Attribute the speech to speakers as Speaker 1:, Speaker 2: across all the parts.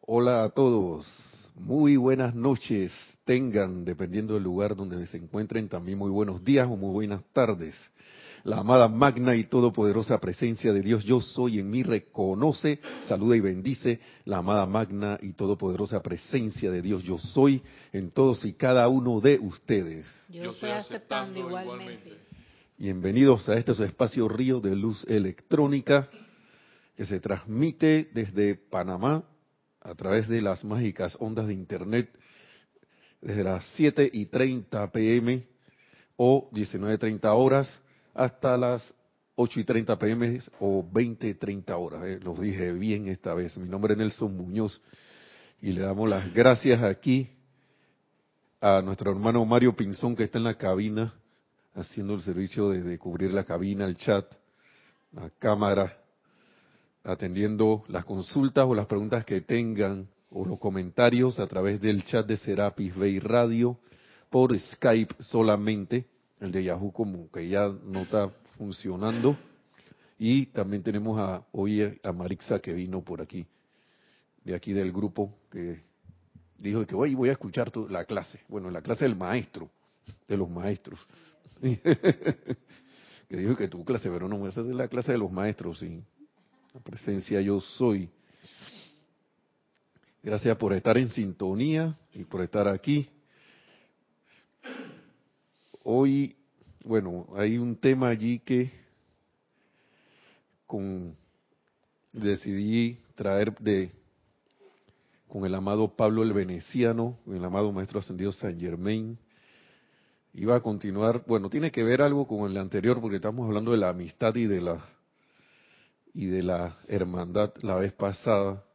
Speaker 1: Hola a todos, muy buenas noches tengan, dependiendo del lugar donde se encuentren, también muy buenos días o muy buenas tardes. La amada magna y todopoderosa presencia de Dios Yo Soy en mí reconoce, saluda y bendice la amada magna y todopoderosa presencia de Dios Yo Soy en todos y cada uno de ustedes.
Speaker 2: Yo estoy aceptando igualmente.
Speaker 1: Bienvenidos a este su espacio Río de Luz Electrónica que se transmite desde Panamá a través de las mágicas ondas de Internet desde las 7:30 p.m. o 19:30 horas hasta las 8:30 p.m. o 20:30 horas. Los dije bien esta vez. Mi nombre es Nelson Muñoz y le damos las gracias aquí a nuestro hermano Mario Pinzón que está en la cabina haciendo el servicio de cubrir la cabina, el chat, la cámara, atendiendo las consultas o las preguntas que tengan o los comentarios a través del chat de Serapis Bay Radio por Skype solamente. El de Yahoo como que ya no está funcionando. Y también tenemos hoy a Marixa que vino por aquí, de aquí del grupo, que dijo que hoy voy a escuchar la clase. Bueno, la clase del maestro, de los maestros. Que dijo que tu clase, pero no, esa es la clase de los maestros, sí. La presencia yo soy. Gracias por estar en sintonía y por estar aquí. Hoy, bueno, hay un tema allí que decidí traer con el amado Pablo el Veneciano, con el amado Maestro Ascendido Saint Germain. Iba a continuar, bueno, tiene que ver algo con el anterior porque estamos hablando de la amistad y de la hermandad la vez pasada.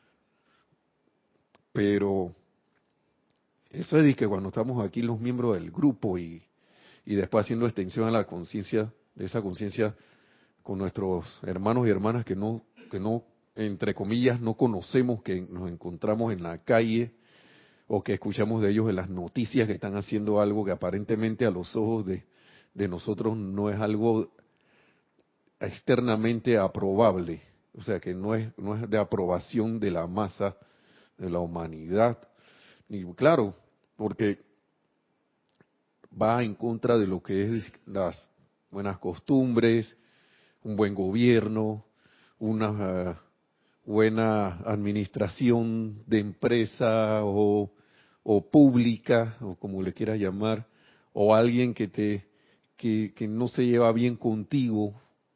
Speaker 1: Pero eso es de que cuando estamos aquí los miembros del grupo y después haciendo extensión a la conciencia, de esa conciencia con nuestros hermanos y hermanas que no, entre comillas, no conocemos, que nos encontramos en la calle o que escuchamos de ellos en las noticias que están haciendo algo que aparentemente a los ojos de nosotros no es algo externamente aprobable, o sea que no es de aprobación de la masa de la humanidad, y claro, porque va en contra de lo que es las buenas costumbres, un buen gobierno, una buena administración de empresa o pública, o como le quieras llamar, o alguien que no se lleva bien contigo,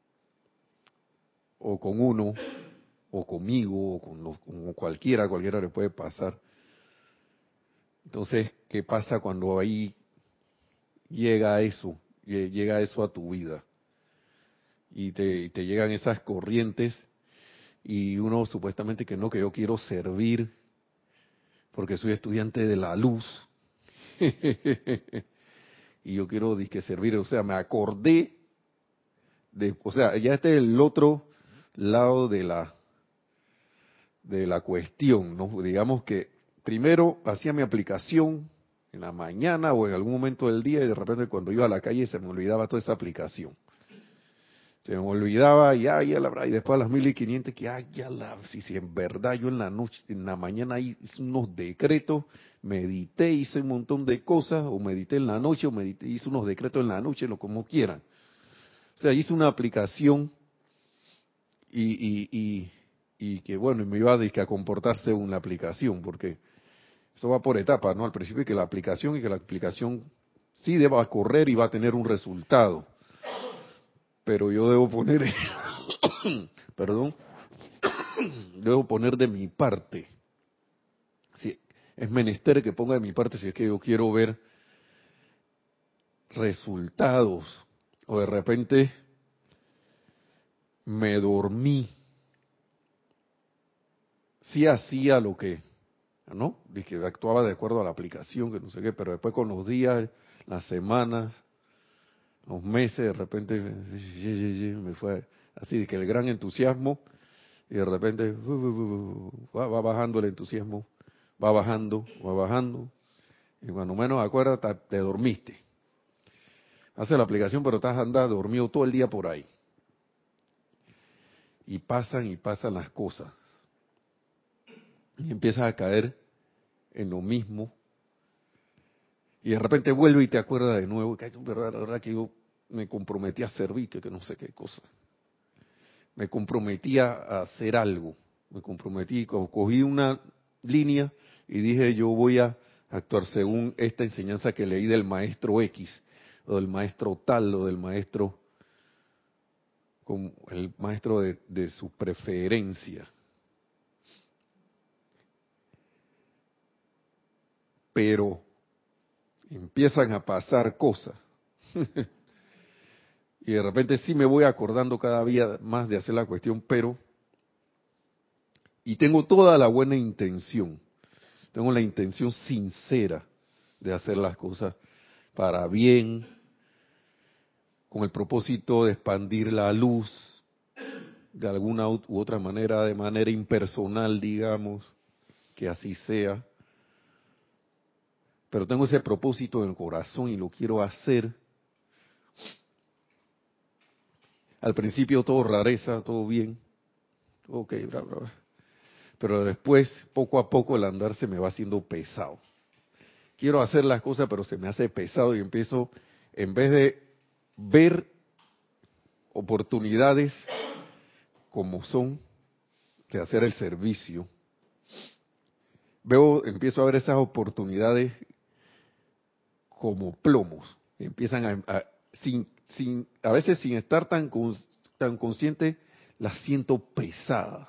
Speaker 1: o con uno, o conmigo, o con cualquiera le puede pasar. Entonces, ¿qué pasa cuando ahí llega eso a tu vida? Y te llegan esas corrientes y uno supuestamente que yo quiero servir porque soy estudiante de la luz y yo quiero disque servir, o sea, me acordé o sea, ya este es el otro lado de la cuestión, ¿no? Digamos que primero hacía mi aplicación en la mañana o en algún momento del día y de repente cuando iba a la calle se me olvidaba toda esa aplicación. Se me olvidaba, y después a las 1500, si en verdad yo en la noche, en la mañana hice unos decretos, medité, hice un montón de cosas, o medité en la noche, hice unos decretos en la noche, lo como quieran. O sea, hice una aplicación y que bueno, y me iba a comportarse según la aplicación, porque eso va por etapas, ¿no? Al principio que la aplicación sí deba correr y va a tener un resultado. Pero yo debo poner, perdón, debo poner de mi parte. Si es menester que ponga de mi parte si es que yo quiero ver resultados. O de repente me dormí. Sí hacía lo que, ¿no? Y que actuaba de acuerdo a la aplicación, que no sé qué, pero después con los días, las semanas, los meses, de repente me fue así, de que el gran entusiasmo, y de repente va bajando el entusiasmo, va bajando, y cuando menos acuerdas te dormiste. Hace la aplicación, pero estás andando dormido todo el día por ahí. Y pasan las cosas. y empiezas a caer en lo mismo. Y de repente vuelve y te acuerdas de nuevo, que la verdad que yo me comprometí a servir, que no sé qué cosa. Me comprometí a hacer algo. Me comprometí, cogí una línea y dije, yo voy a actuar según esta enseñanza que leí del maestro X, o del maestro tal, o del maestro, como el maestro de su preferencia. Pero empiezan a pasar cosas. Y de repente sí me voy acordando cada día más de hacer la cuestión, pero, y tengo toda la buena intención, tengo la intención sincera de hacer las cosas para bien, con el propósito de expandir la luz de alguna u otra manera, de manera impersonal, digamos, que así sea. Pero tengo ese propósito en el corazón y lo quiero hacer. Al principio todo rareza, todo bien. Ok, bla, bla, bla. Pero después, poco a poco, el andar se me va haciendo pesado. Quiero hacer las cosas, pero se me hace pesado y empiezo, en vez de ver oportunidades como son, de hacer el servicio, empiezo a ver esas oportunidades como plomos. Empiezan a veces sin estar tan consciente, las siento pesadas.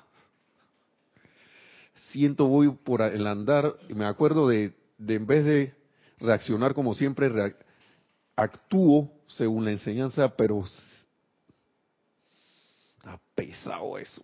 Speaker 1: Voy por el andar, y me acuerdo de en vez de reaccionar como siempre, actúo según la enseñanza, pero está pesado eso.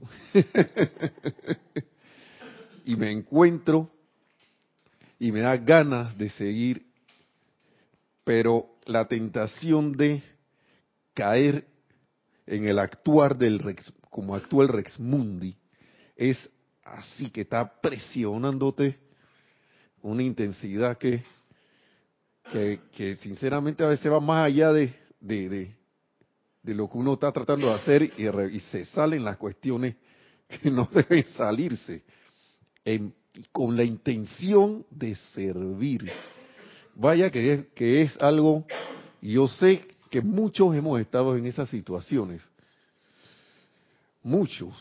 Speaker 1: Y me encuentro y me da ganas de seguir, pero la tentación de caer en el actuar del Rex, como actúa el Rex Mundi, es así, que está presionándote con una intensidad que sinceramente a veces va más allá de lo que uno está tratando de hacer, y se salen las cuestiones que no deben salirse, con la intención de servir. Vaya que es algo, yo sé que muchos hemos estado en esas situaciones, muchos,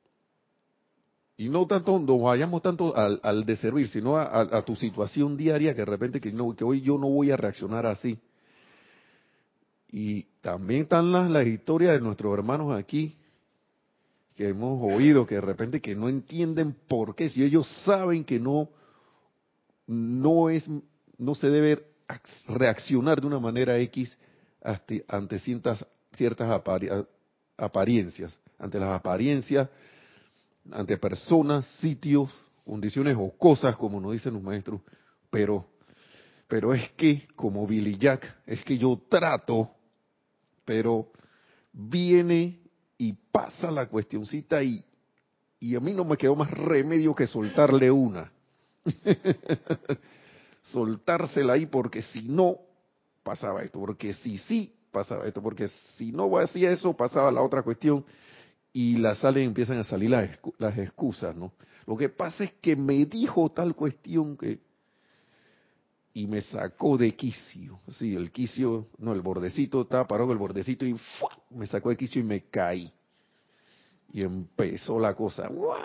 Speaker 1: y no tanto, no vayamos tanto al de servir, sino a tu situación diaria, que de repente que hoy yo no voy a reaccionar así. Y también están las historias de nuestros hermanos aquí, que hemos oído, que de repente que no entienden por qué, si ellos saben que no se debe reaccionar de una manera X ante ciertas apariencias, ante las apariencias, ante personas, sitios, condiciones o cosas, como nos dicen los maestros, pero es que, como Billy Jack, es que yo trato, pero viene y pasa la cuestioncita, y a mí no me quedó más remedio que soltarle una. Soltársela ahí, porque si no, pasaba esto, porque si sí, pasaba esto, porque si no hacía eso, pasaba la otra cuestión, y empiezan a salir las excusas, ¿no? Lo que pasa es que me dijo tal cuestión y me sacó de quicio. Sí, el quicio, no, el bordecito, estaba parado con el bordecito y ¡fua! Me sacó de quicio y me caí. Y empezó la cosa.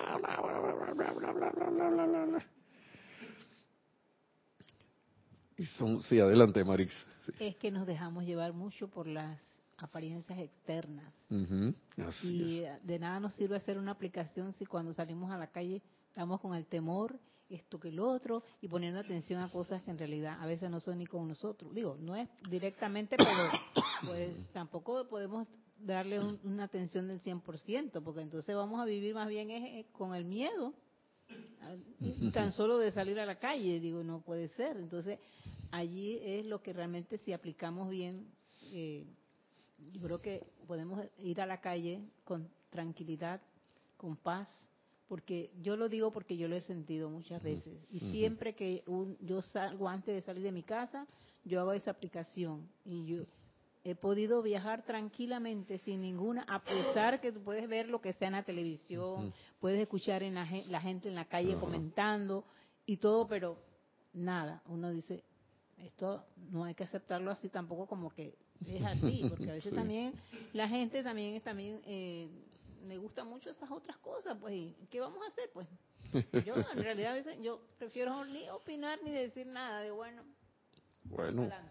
Speaker 1: Sí, adelante, Marix. Sí.
Speaker 2: Es que nos dejamos llevar mucho por las apariencias externas.
Speaker 1: Así
Speaker 2: Y
Speaker 1: es.
Speaker 2: de nada nos sirve hacer una aplicación si cuando salimos a la calle estamos con el temor, esto que lo otro, y poniendo atención a cosas que en realidad a veces no son ni con nosotros. Digo, no es directamente, pero pues tampoco podemos darle una atención del 100%, porque entonces vamos a vivir más bien con el miedo, tan solo de salir a la calle. Digo, no puede ser. Entonces allí es lo que realmente, si aplicamos bien, yo creo que podemos ir a la calle con tranquilidad, con paz, porque yo lo digo porque yo lo he sentido muchas veces. Y siempre que yo salgo, antes de salir de mi casa, yo hago esa aplicación. Y he podido viajar tranquilamente sin ninguna, a pesar que tú puedes ver lo que sea en la televisión, puedes escuchar en la gente en la calle comentando y todo, pero nada, uno dice, esto no hay que aceptarlo así tampoco como que es así, porque a veces
Speaker 1: Sí.
Speaker 2: también la gente también le gusta mucho esas otras cosas, pues, ¿y qué vamos a hacer? Pues yo en realidad a veces yo prefiero ni opinar ni decir nada, de bueno,
Speaker 1: Bueno,
Speaker 2: adelante.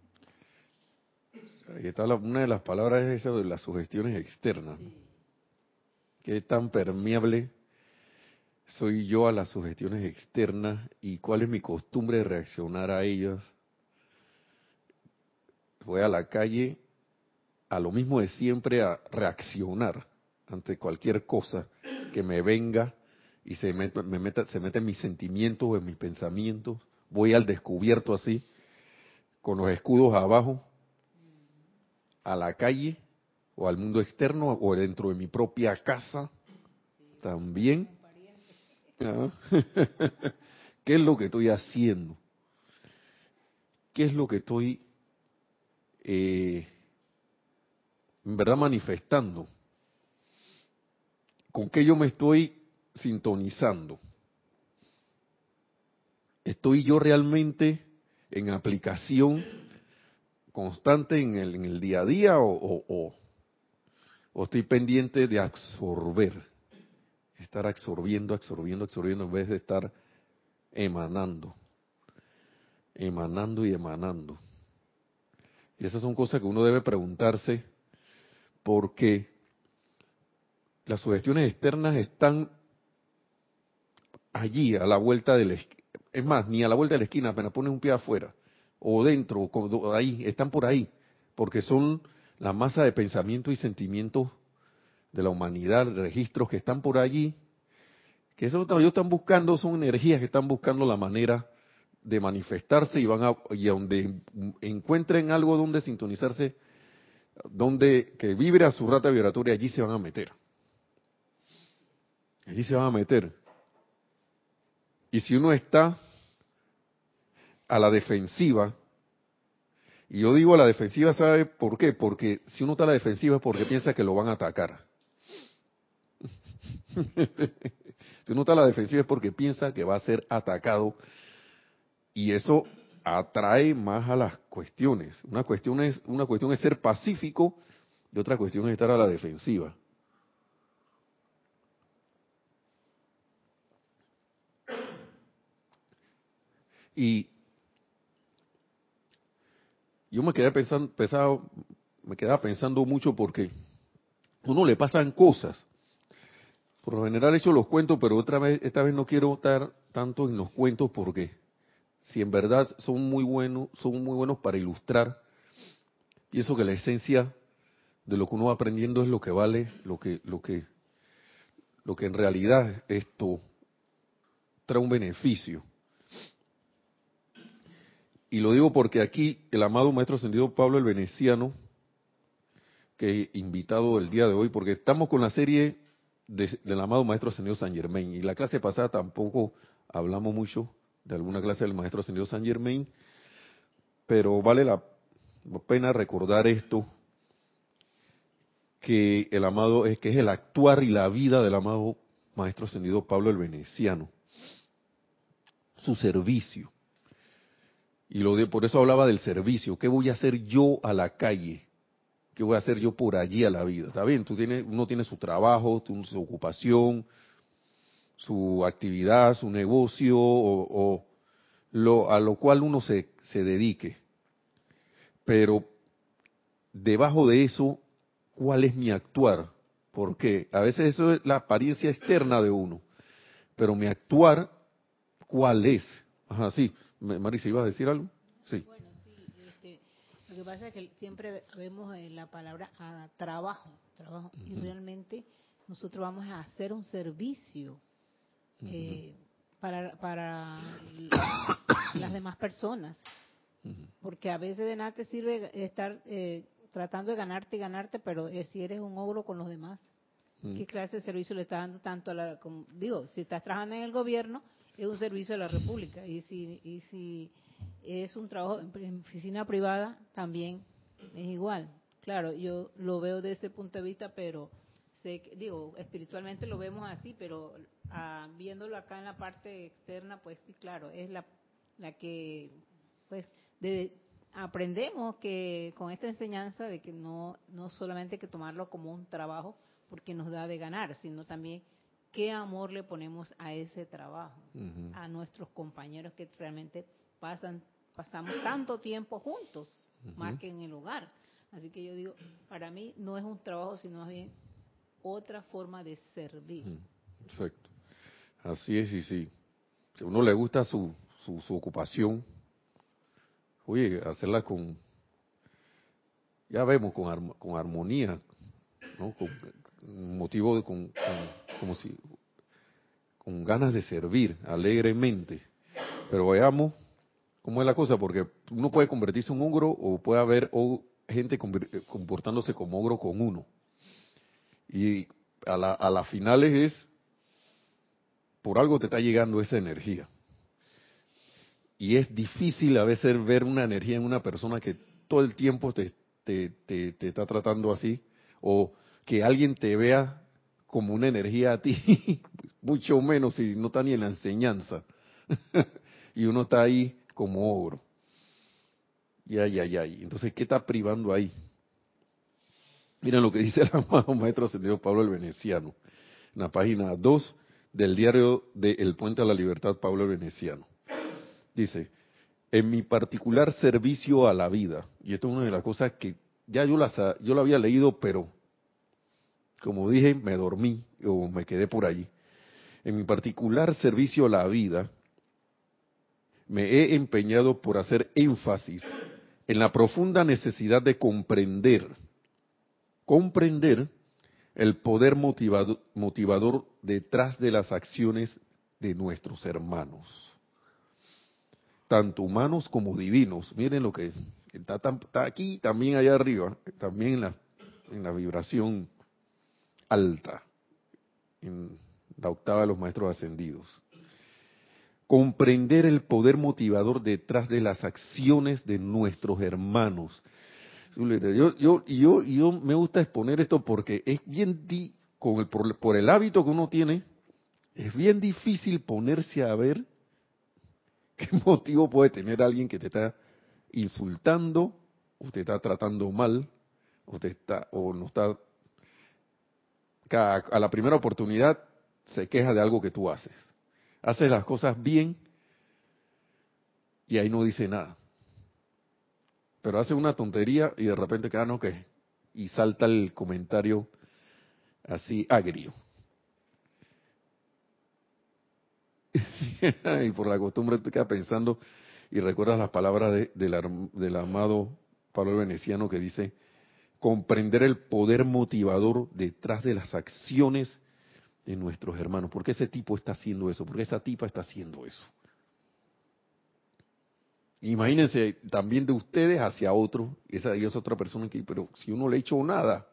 Speaker 1: ahí está una de las palabras es esa de las sugestiones externas.
Speaker 2: Sí.
Speaker 1: ¿Qué tan permeable soy yo a las sugestiones externas y cuál es mi costumbre de reaccionar a ellas? Voy a la calle a lo mismo de siempre, a reaccionar ante cualquier cosa que me venga y se mete en mis sentimientos o en mis pensamientos. Voy al descubierto así, con los escudos abajo, a la calle o al mundo externo o dentro de mi propia casa también. ¿Ah? ¿Qué es lo que estoy haciendo? ¿Qué es lo que estoy en verdad manifestando? ¿Con qué yo me estoy sintonizando? ¿Estoy yo realmente en aplicación constante en el día a día o estoy pendiente de absorber? Estar absorbiendo en vez de estar emanando, emanando y emanando. Y esas son cosas que uno debe preguntarse porque las sugestiones externas están allí, a la vuelta de la esquina. Es más, ni a la vuelta de la esquina, apenas pones un pie afuera, o dentro, o ahí, están por ahí, porque son la masa de pensamientos y sentimientos de la humanidad, registros que están por allí, que eso ellos están buscando, son energías que están buscando la manera de manifestarse y a donde encuentren algo donde sintonizarse, donde que vibre a su rata vibratoria, allí se van a meter. Allí se van a meter. Y si uno está a la defensiva, y yo digo a la defensiva, ¿sabe por qué? Porque si uno está a la defensiva es porque piensa que lo van a atacar. Si uno está a la defensiva es porque piensa que va a ser atacado y eso atrae más a las cuestiones. Una cuestión es ser pacífico y otra cuestión es estar a la defensiva. Y yo me quedaba pensando mucho porque a uno le pasan cosas. Por lo general he hecho los cuentos, pero esta vez no quiero estar tanto en los cuentos porque si en verdad son muy buenos para ilustrar, pienso que la esencia de lo que uno va aprendiendo es lo que vale, lo que en realidad esto trae un beneficio. Y lo digo porque aquí el amado Maestro Ascendido Pablo el Veneciano, que he invitado el día de hoy, porque estamos con la serie del amado Maestro Ascendido San Germain, y la clase pasada tampoco hablamos mucho de alguna clase del Maestro Ascendido San Germain, pero vale la pena recordar esto, que el amado que es el actuar y la vida del amado Maestro Ascendido Pablo el Veneciano, su servicio. Y por eso hablaba del servicio. ¿Qué voy a hacer yo a la calle? ¿Qué voy a hacer yo por allí a la vida? Está bien, uno tiene su trabajo, su ocupación, su actividad, su negocio, a lo cual uno se dedique. Pero debajo de eso, ¿cuál es mi actuar? Porque a veces eso es la apariencia externa de uno. Pero mi actuar, ¿cuál es? Ajá, sí. Marisa, ¿ibas a decir algo? Sí.
Speaker 2: Bueno, sí, lo que pasa es que siempre vemos la palabra trabajo, y realmente nosotros vamos a hacer un servicio para las demás personas, porque a veces de nada te sirve estar tratando de ganarte y ganarte, pero si eres un ogro con los demás, ¿qué clase de servicio le estás dando tanto a digo, si estás trabajando en el gobierno, es un servicio a la República, y si es un trabajo en oficina privada, también Es igual. Claro, yo lo veo desde ese punto de vista, pero digo, espiritualmente lo vemos así, pero viéndolo acá en la parte externa, pues sí, claro, es la que, pues, aprendemos que con esta enseñanza de que no solamente hay que tomarlo como un trabajo porque nos da de ganar, sino también qué amor le ponemos a ese trabajo,
Speaker 1: Ujú.
Speaker 2: a nuestros compañeros que realmente pasamos tanto tiempo juntos, más
Speaker 1: Ujú.
Speaker 2: que en el hogar. Así que yo digo, para mí no es un trabajo, sino más bien otra forma de servir.
Speaker 1: Ujú. Exacto. Así es, y sí. Si a uno le gusta su ocupación, oye, hacerla con, ya vemos, con armonía, ¿no? Con motivo de, como si, con ganas de servir alegremente. Pero veamos cómo es la cosa, porque uno puede convertirse en un ogro o puede haber gente comportándose como ogro con uno. Y a las finales es, por algo te está llegando esa energía. Y es difícil a veces ver una energía en una persona que todo el tiempo te está tratando así, o que alguien te vea como una energía a ti, mucho menos si no está ni en la enseñanza. Y uno está ahí como ogro. Y ay, ay, ay. Entonces, ¿qué está privando ahí? Miren lo que dice el amado Maestro Ascendido Pablo el Veneciano, en la página 2 del diario de El Puente a la Libertad, Pablo el Veneciano. Dice, en mi particular servicio a la vida, y esto es una de las cosas que ya yo la había leído, pero como dije, me dormí o me quedé por allí. En mi particular servicio a la vida, me he empeñado por hacer énfasis en la profunda necesidad de comprender el poder motivador detrás de las acciones de nuestros hermanos, tanto humanos como divinos. Miren lo que está aquí, también allá arriba, también en la vibración alta, en la octava de los maestros ascendidos. Comprender el poder motivador detrás de las acciones de nuestros hermanos. Yo me gusta exponer esto porque es bien, por el hábito que uno tiene, es bien difícil ponerse a ver qué motivo puede tener alguien que te está insultando, o te está tratando mal, o no está, a la primera oportunidad se queja de algo que tú haces. Haces las cosas bien y ahí no dice nada. Pero hace una tontería y de repente queda, no, que, y salta el comentario así agrio. Y por la costumbre te quedas pensando y recuerdas las palabras del amado Pablo el Veneciano que dice, comprender el poder motivador detrás de las acciones de nuestros hermanos. ¿Por qué ese tipo está haciendo eso? ¿Por qué esa tipa está haciendo eso? Imagínense también de ustedes hacia otro, esa es otra persona que, pero si uno le ha hecho nada.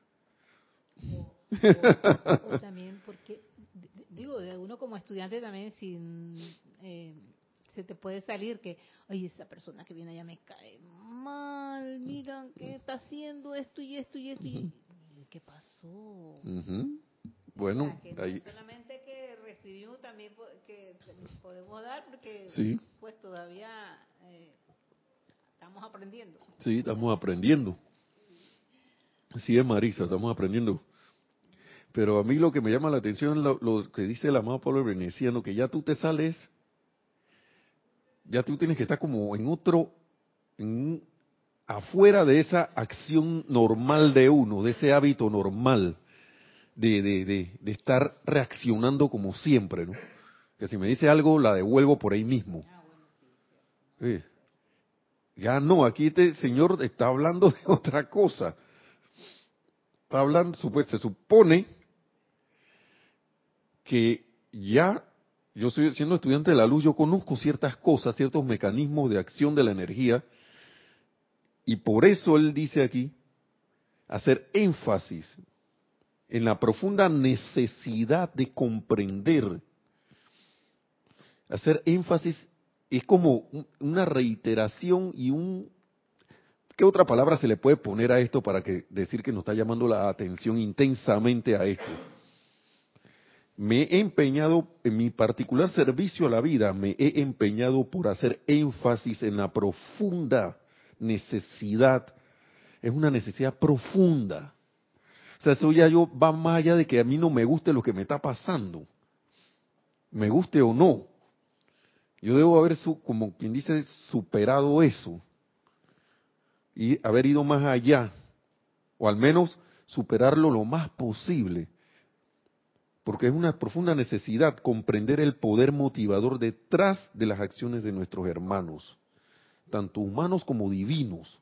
Speaker 2: O también porque, digo, de uno como estudiante también, se te puede salir que, oye, esa persona que viene allá me cae mal, miran que está haciendo esto y esto y esto. ¿Y qué pasó?
Speaker 1: Ujú.
Speaker 2: O
Speaker 1: Bueno,
Speaker 2: sea, que no
Speaker 1: ahí,
Speaker 2: es solamente que recibimos, también que podemos dar, porque
Speaker 1: sí,
Speaker 2: pues todavía estamos aprendiendo.
Speaker 1: sí, estamos aprendiendo. Sí, es Marisa, estamos aprendiendo. Pero a mí lo que me llama la atención es lo que dice el amado Pablo Veneciano, que ya tú te sales, ya tú tienes que estar como en otro, afuera de esa acción normal de uno, de ese hábito normal de estar reaccionando como siempre, ¿no? Que si me dice algo, la devuelvo por ahí mismo. Eh, ya no, aquí este señor está hablando de otra cosa. Está hablando, se supone que ya yo estoy siendo estudiante de la luz, yo conozco ciertas cosas, ciertos mecanismos de acción de la energía, y por eso él dice aquí, hacer énfasis en la profunda necesidad de comprender. Hacer énfasis es como una reiteración y ¿qué otra palabra se le puede poner a esto para que decir que nos está llamando la atención intensamente a esto? Me he empeñado, en mi particular servicio a la vida, me he empeñado por hacer énfasis en la profunda necesidad. Es una necesidad profunda. O sea, eso ya va más allá de que a mí no me guste lo que me está pasando. Me guste o no. Yo debo haber, como quien dice, superado eso. Y haber ido más allá. O al menos superarlo lo más posible. Porque es una profunda necesidad comprender el poder motivador detrás de las acciones de nuestros hermanos, tanto humanos como divinos.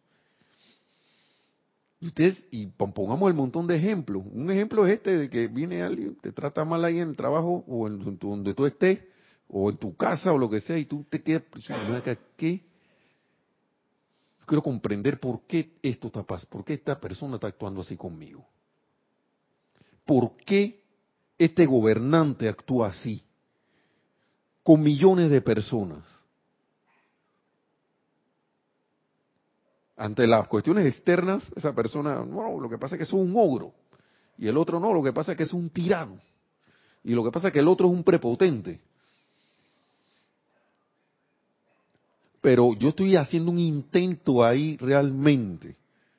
Speaker 1: Y pongamos el montón de ejemplos. Un ejemplo es este de que viene alguien, te trata mal ahí en el trabajo o donde tú estés, o en tu casa o lo que sea, y tú te quedas, ¿qué? Yo quiero comprender por qué esto está pasando, por qué esta persona está actuando así conmigo. ¿Por qué este gobernante actúa así? Con millones de personas. Ante las cuestiones externas, esa persona, no, lo que pasa es que es un ogro. Y el otro no, lo que pasa es que es un tirano. Y lo que pasa es que el otro es un prepotente. Pero yo estoy haciendo un intento ahí realmente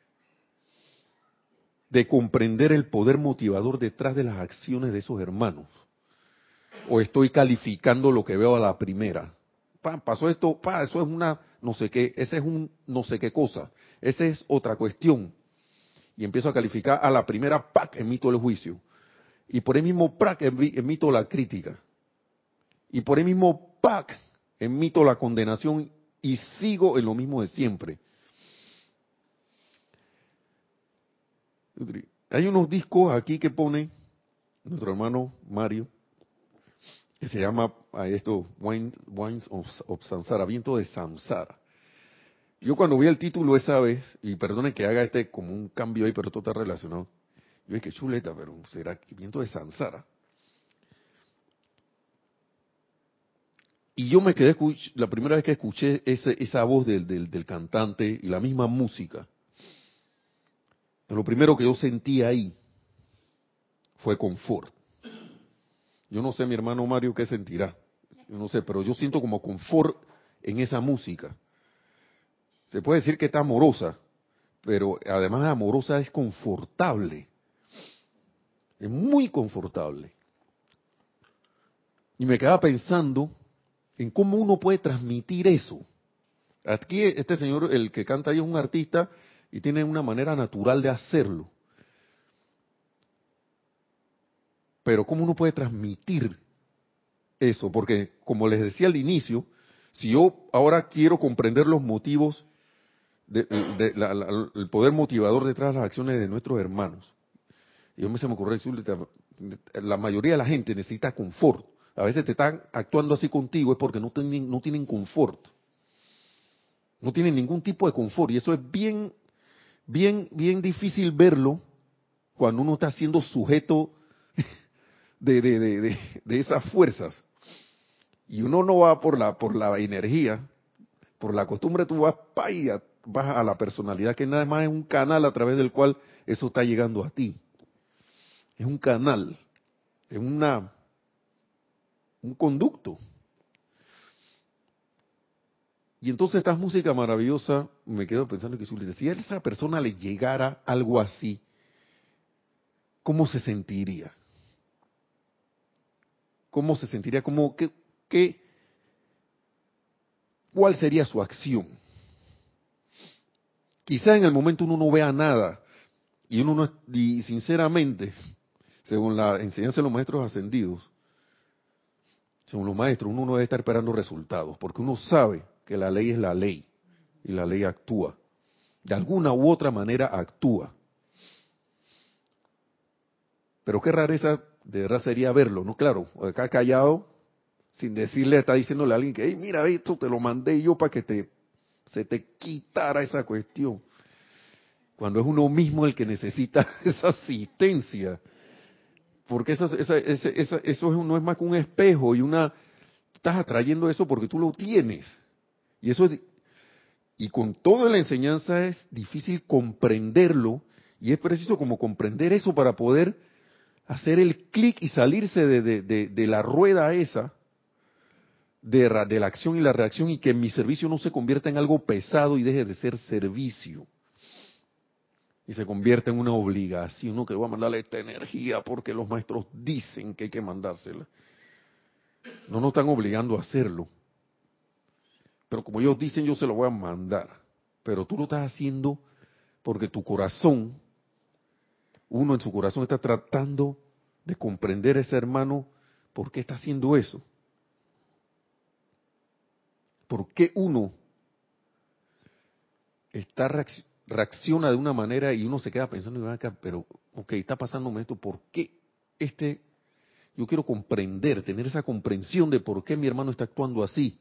Speaker 1: de comprender el poder motivador detrás de las acciones de esos hermanos. O estoy calificando lo que veo a la primera. Pasó esto, eso es una no sé qué, ese es un no sé qué cosa, esa es otra cuestión. Y empiezo a calificar a la primera, emito el juicio. Y por ahí mismo, emito la crítica. Y por ahí mismo, emito la condenación y sigo en lo mismo de siempre. Hay unos discos aquí que pone nuestro hermano Mario, que se llama a esto Winds of Samsara, viento de Samsara. Yo cuando vi el título esa vez, y perdonen que haga como un cambio ahí, pero esto está relacionado. Yo dije, qué chuleta, pero será que viento de Samsara. Y yo me quedé, la primera vez que escuché esa voz del cantante y la misma música, lo primero que yo sentí ahí fue confort. Yo no sé, mi hermano Mario, qué sentirá. Yo no sé, pero yo siento como confort en esa música. Se puede decir que está amorosa, pero además de amorosa es confortable. Es muy confortable. Y me quedaba pensando en cómo uno puede transmitir eso. Aquí este señor, el que canta ahí, es un artista y tiene una manera natural de hacerlo. Pero ¿cómo uno puede transmitir eso? Porque, como les decía al inicio, si yo ahora quiero comprender los motivos, el poder motivador detrás de las acciones de nuestros hermanos, y se me ocurre decir, la mayoría de la gente necesita confort. A veces te están actuando así contigo es porque no tienen confort. No tienen ningún tipo de confort. Y eso es bien, bien, bien difícil verlo cuando uno está siendo sujeto de esas fuerzas. Y uno no va por la energía, por la costumbre, tú vas a la personalidad, que nada más es un canal a través del cual eso está llegando a ti. Es un canal, es un conducto. Y entonces esta música maravillosa, me quedo pensando que si a esa persona le llegara algo así, ¿cómo se sentiría? ¿Cómo se sentiría? ¿Cuál sería su acción? Quizá en el momento uno no vea nada y y sinceramente, según la enseñanza de los maestros ascendidos, según los maestros, uno no debe estar esperando resultados, porque uno sabe que la ley es la ley y la ley actúa. De alguna u otra manera actúa. Pero qué rareza de verdad sería verlo, ¿no? Claro, acá callado, sin decirle, está diciéndole a alguien que, hey, mira, esto te lo mandé yo para que se te quitara esa cuestión. Cuando es uno mismo el que necesita esa asistencia. Porque eso no es más que un espejo y estás atrayendo eso porque tú lo tienes. Y eso Y con toda la enseñanza es difícil comprenderlo, y es preciso como comprender eso para poder hacer el clic y salirse de la rueda esa, de la acción y la reacción, y que mi servicio no se convierta en algo pesado y deje de ser servicio. Y se convierte en una obligación, ¿no? Que voy a mandarle esta energía porque los maestros dicen que hay que mandársela. No nos están obligando a hacerlo. Pero como ellos dicen, yo se lo voy a mandar. Pero tú lo estás haciendo porque tu corazón, uno en su corazón está tratando de comprender a ese hermano por qué está haciendo eso. ¿Por qué uno reacciona de una manera y uno se queda pensando, pero, ok, está pasándome esto, ¿por qué yo quiero comprender, tener esa comprensión de por qué mi hermano está actuando así?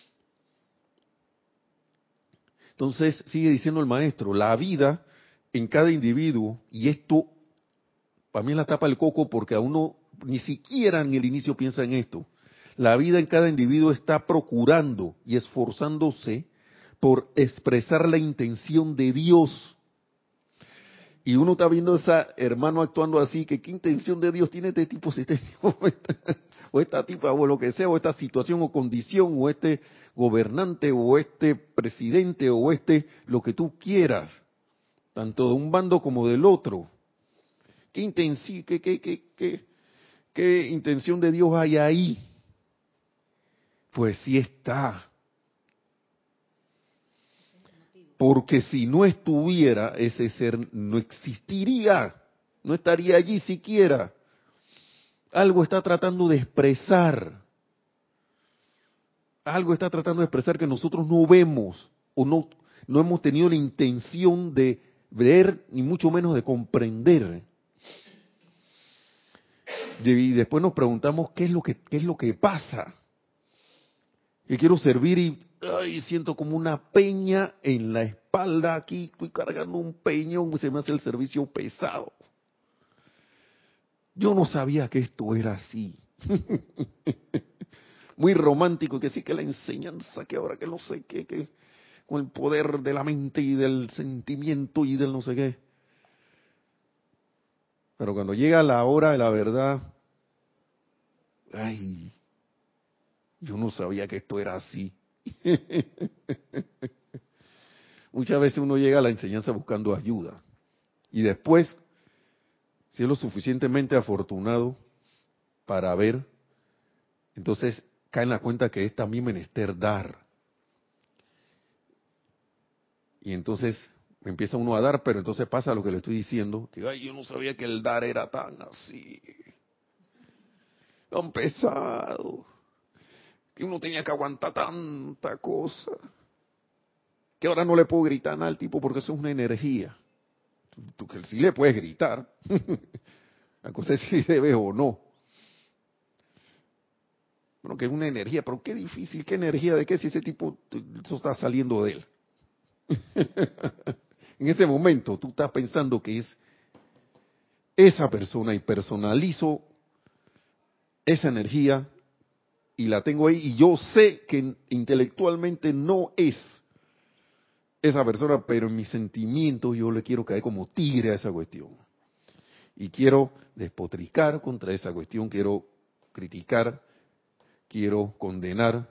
Speaker 1: Entonces, sigue diciendo el maestro, la vida en cada individuo, y esto para mí es la tapa del coco porque a uno ni siquiera en el inicio piensa en esto. La vida en cada individuo está procurando y esforzándose por expresar la intención de Dios. Y uno está viendo a ese hermano actuando así, que qué intención de Dios tiene este tipo, o esta tipa, o lo que sea, o esta situación o condición, o este gobernante, o este presidente, o lo que tú quieras, tanto de un bando como del otro. ¿Qué intención de Dios hay ahí? Pues sí está. Porque si no estuviera, ese ser no existiría, no estaría allí siquiera. Algo está tratando de expresar. Algo está tratando de expresar que nosotros no vemos o no hemos tenido la intención de ver, ni mucho menos de comprender. Y después nos preguntamos qué es lo que pasa. Que quiero servir y siento como una peña en la espalda aquí, estoy cargando un peñón, se me hace el servicio pesado. Yo no sabía que esto era así. Muy romántico, que sí, que la enseñanza, que ahora que no sé qué, que con el poder de la mente y del sentimiento y del no sé qué. Pero cuando llega la hora de la verdad, ay, yo no sabía que esto era así. Muchas veces uno llega a la enseñanza buscando ayuda. Y después, si es lo suficientemente afortunado para ver, entonces cae en la cuenta que es también menester dar. Y entonces empieza uno a dar, pero entonces pasa lo que le estoy diciendo, que ay, yo no sabía que el dar era tan así, tan pesado, que uno tenía que aguantar tanta cosa, que ahora no le puedo gritar nada al tipo porque eso es una energía. Tú que sí le puedes gritar, la cosa es si debes o no. Bueno, que es una energía, pero qué difícil, qué energía de qué si ese tipo, eso está saliendo de él. En ese momento tú estás pensando que es esa persona y personalizo esa energía y la tengo ahí y yo sé que intelectualmente no es esa persona, pero en mis sentimientos yo le quiero caer como tigre a esa cuestión. Y quiero despotricar contra esa cuestión, quiero criticar, quiero condenar,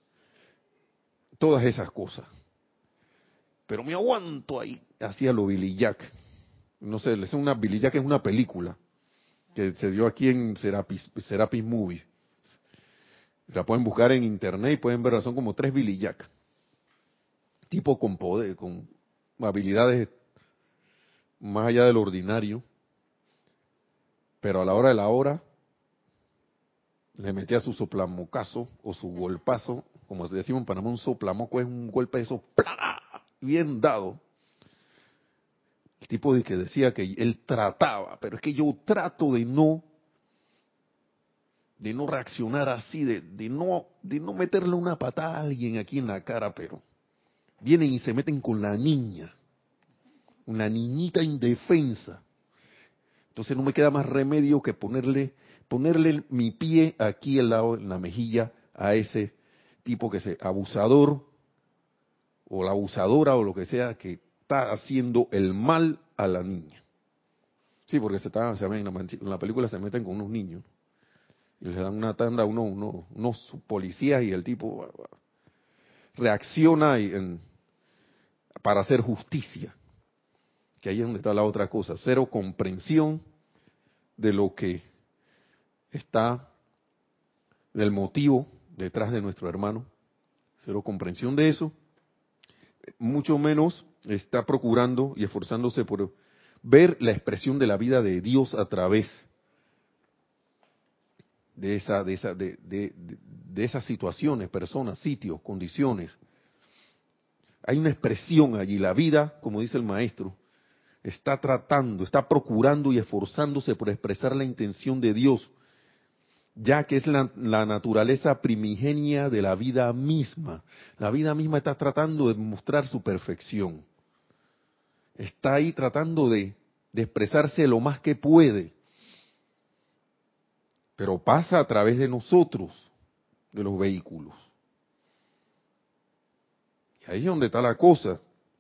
Speaker 1: todas esas cosas. Pero me aguanto ahí, hacía lo Billy Jack. No sé, Billy Jack es una película que se dio aquí en Serapis Movie. La pueden buscar en internet y pueden ver, son como 3 Billy Jack. Tipo con poder, con habilidades más allá del ordinario. Pero a la hora de la hora, le metía su soplamocazo o su golpazo, como se decía en Panamá, un soplamoco es un golpe de eso, ¡plá!, bien dado. El tipo de que decía que él trataba, pero es que yo trato de no reaccionar así, de no meterle una patada a alguien aquí en la cara, pero vienen y se meten con la niña, una niñita indefensa. Entonces no me queda más remedio que ponerle mi pie aquí al lado, en la mejilla, a ese tipo abusador, o la abusadora o lo que sea que está haciendo el mal a la niña. Sí, porque en la película se meten con unos niños y les dan una tanda a unos policías y el tipo reacciona para hacer justicia. Que ahí es donde está la otra cosa, cero comprensión de lo que está, del motivo detrás de nuestro hermano, cero comprensión de eso, mucho menos está procurando y esforzándose por ver la expresión de la vida de Dios a través de esas situaciones, personas, sitios, condiciones. Hay una expresión allí, la vida, como dice el maestro, está tratando, está procurando y esforzándose por expresar la intención de Dios, ya que es la naturaleza primigenia de la vida misma. La vida misma está tratando de mostrar su perfección. Está ahí tratando de expresarse lo más que puede, pero pasa a través de nosotros, de los vehículos. Y ahí es donde está la cosa.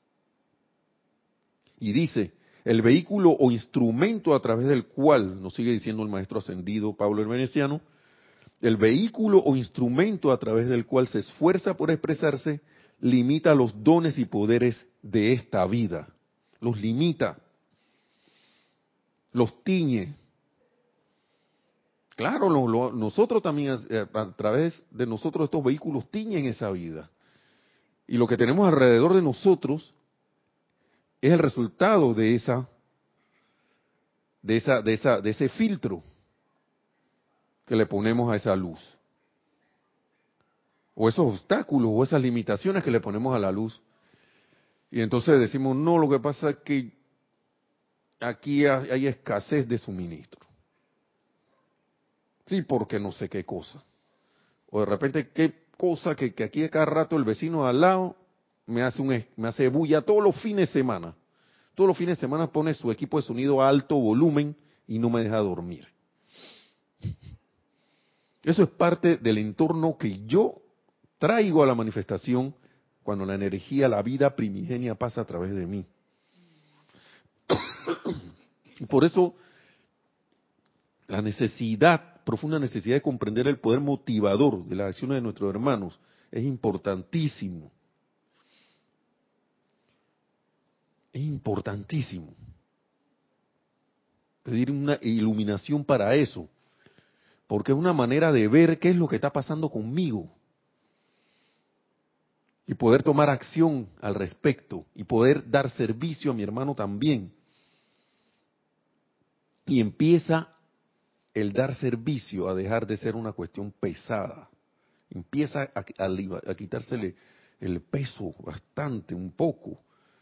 Speaker 1: Y dice, el vehículo o instrumento a través del cual, nos sigue diciendo el maestro ascendido Pablo el Veneciano, el vehículo o instrumento a través del cual se esfuerza por expresarse, limita los dones y poderes de esta vida. Los limita, los tiñe. Claro, nosotros también, a través de nosotros estos vehículos tiñen esa vida. Y lo que tenemos alrededor de nosotros es el resultado de ese filtro que le ponemos a esa luz. O esos obstáculos o esas limitaciones que le ponemos a la luz. Y entonces decimos, no, lo que pasa es que aquí hay escasez de suministro. Sí, porque no sé qué cosa. O de repente, qué cosa que aquí a cada rato el vecino de al lado me hace bulla todos los fines de semana. Todos los fines de semana pone su equipo de sonido a alto volumen y no me deja dormir. Eso es parte del entorno que yo traigo a la manifestación cuando la energía, la vida primigenia pasa a través de mí. Por eso, la profunda necesidad de comprender el poder motivador de las acciones de nuestros hermanos es importantísimo. Es importantísimo. Pedir una iluminación para eso, porque es una manera de ver qué es lo que está pasando conmigo y poder tomar acción al respecto y poder dar servicio a mi hermano también. Y empieza el dar servicio a dejar de ser una cuestión pesada. Empieza a quitársele el peso bastante, un poco.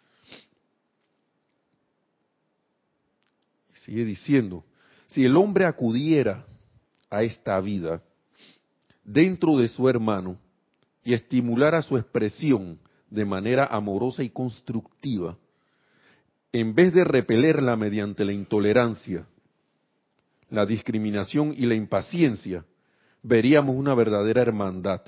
Speaker 1: Sigue diciendo, si el hombre acudiera a esta vida dentro de su hermano y estimulara su expresión de manera amorosa y constructiva, en vez de repelerla mediante la intolerancia, la discriminación y la impaciencia, veríamos una verdadera hermandad,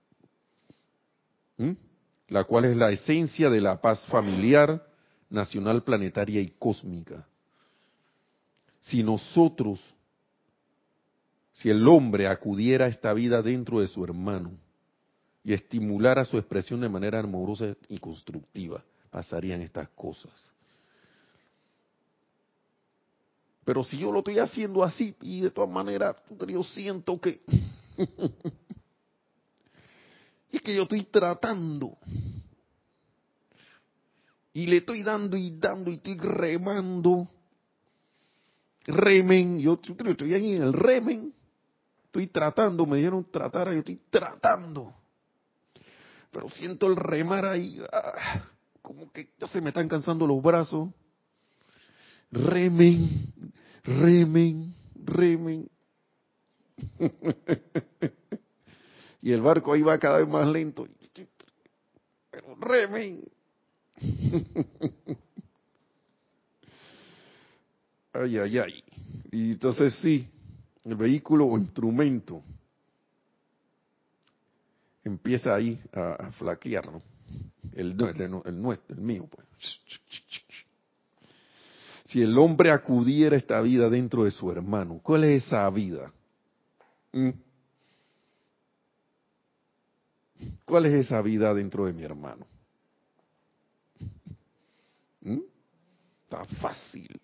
Speaker 1: la cual es la esencia de la paz familiar, nacional, planetaria y cósmica. Si el hombre acudiera a esta vida dentro de su hermano y estimulara su expresión de manera amorosa y constructiva, pasarían estas cosas. Pero si yo lo estoy haciendo así y de todas maneras yo siento que es que yo estoy tratando y le estoy dando y estoy remando, yo estoy ahí en el remen, estoy tratando, me dieron tratar, yo estoy tratando, pero siento el remar ahí, como que ya se me están cansando los brazos, remen, y el barco ahí va cada vez más lento, pero remen. Ay, ay, ay. Y entonces sí, el vehículo o instrumento empieza ahí a flaquear, ¿no? el mío, pues. Si el hombre acudiera a esta vida dentro de su hermano, ¿cuál es esa vida? ¿Cuál es esa vida dentro de mi hermano? Está fácil.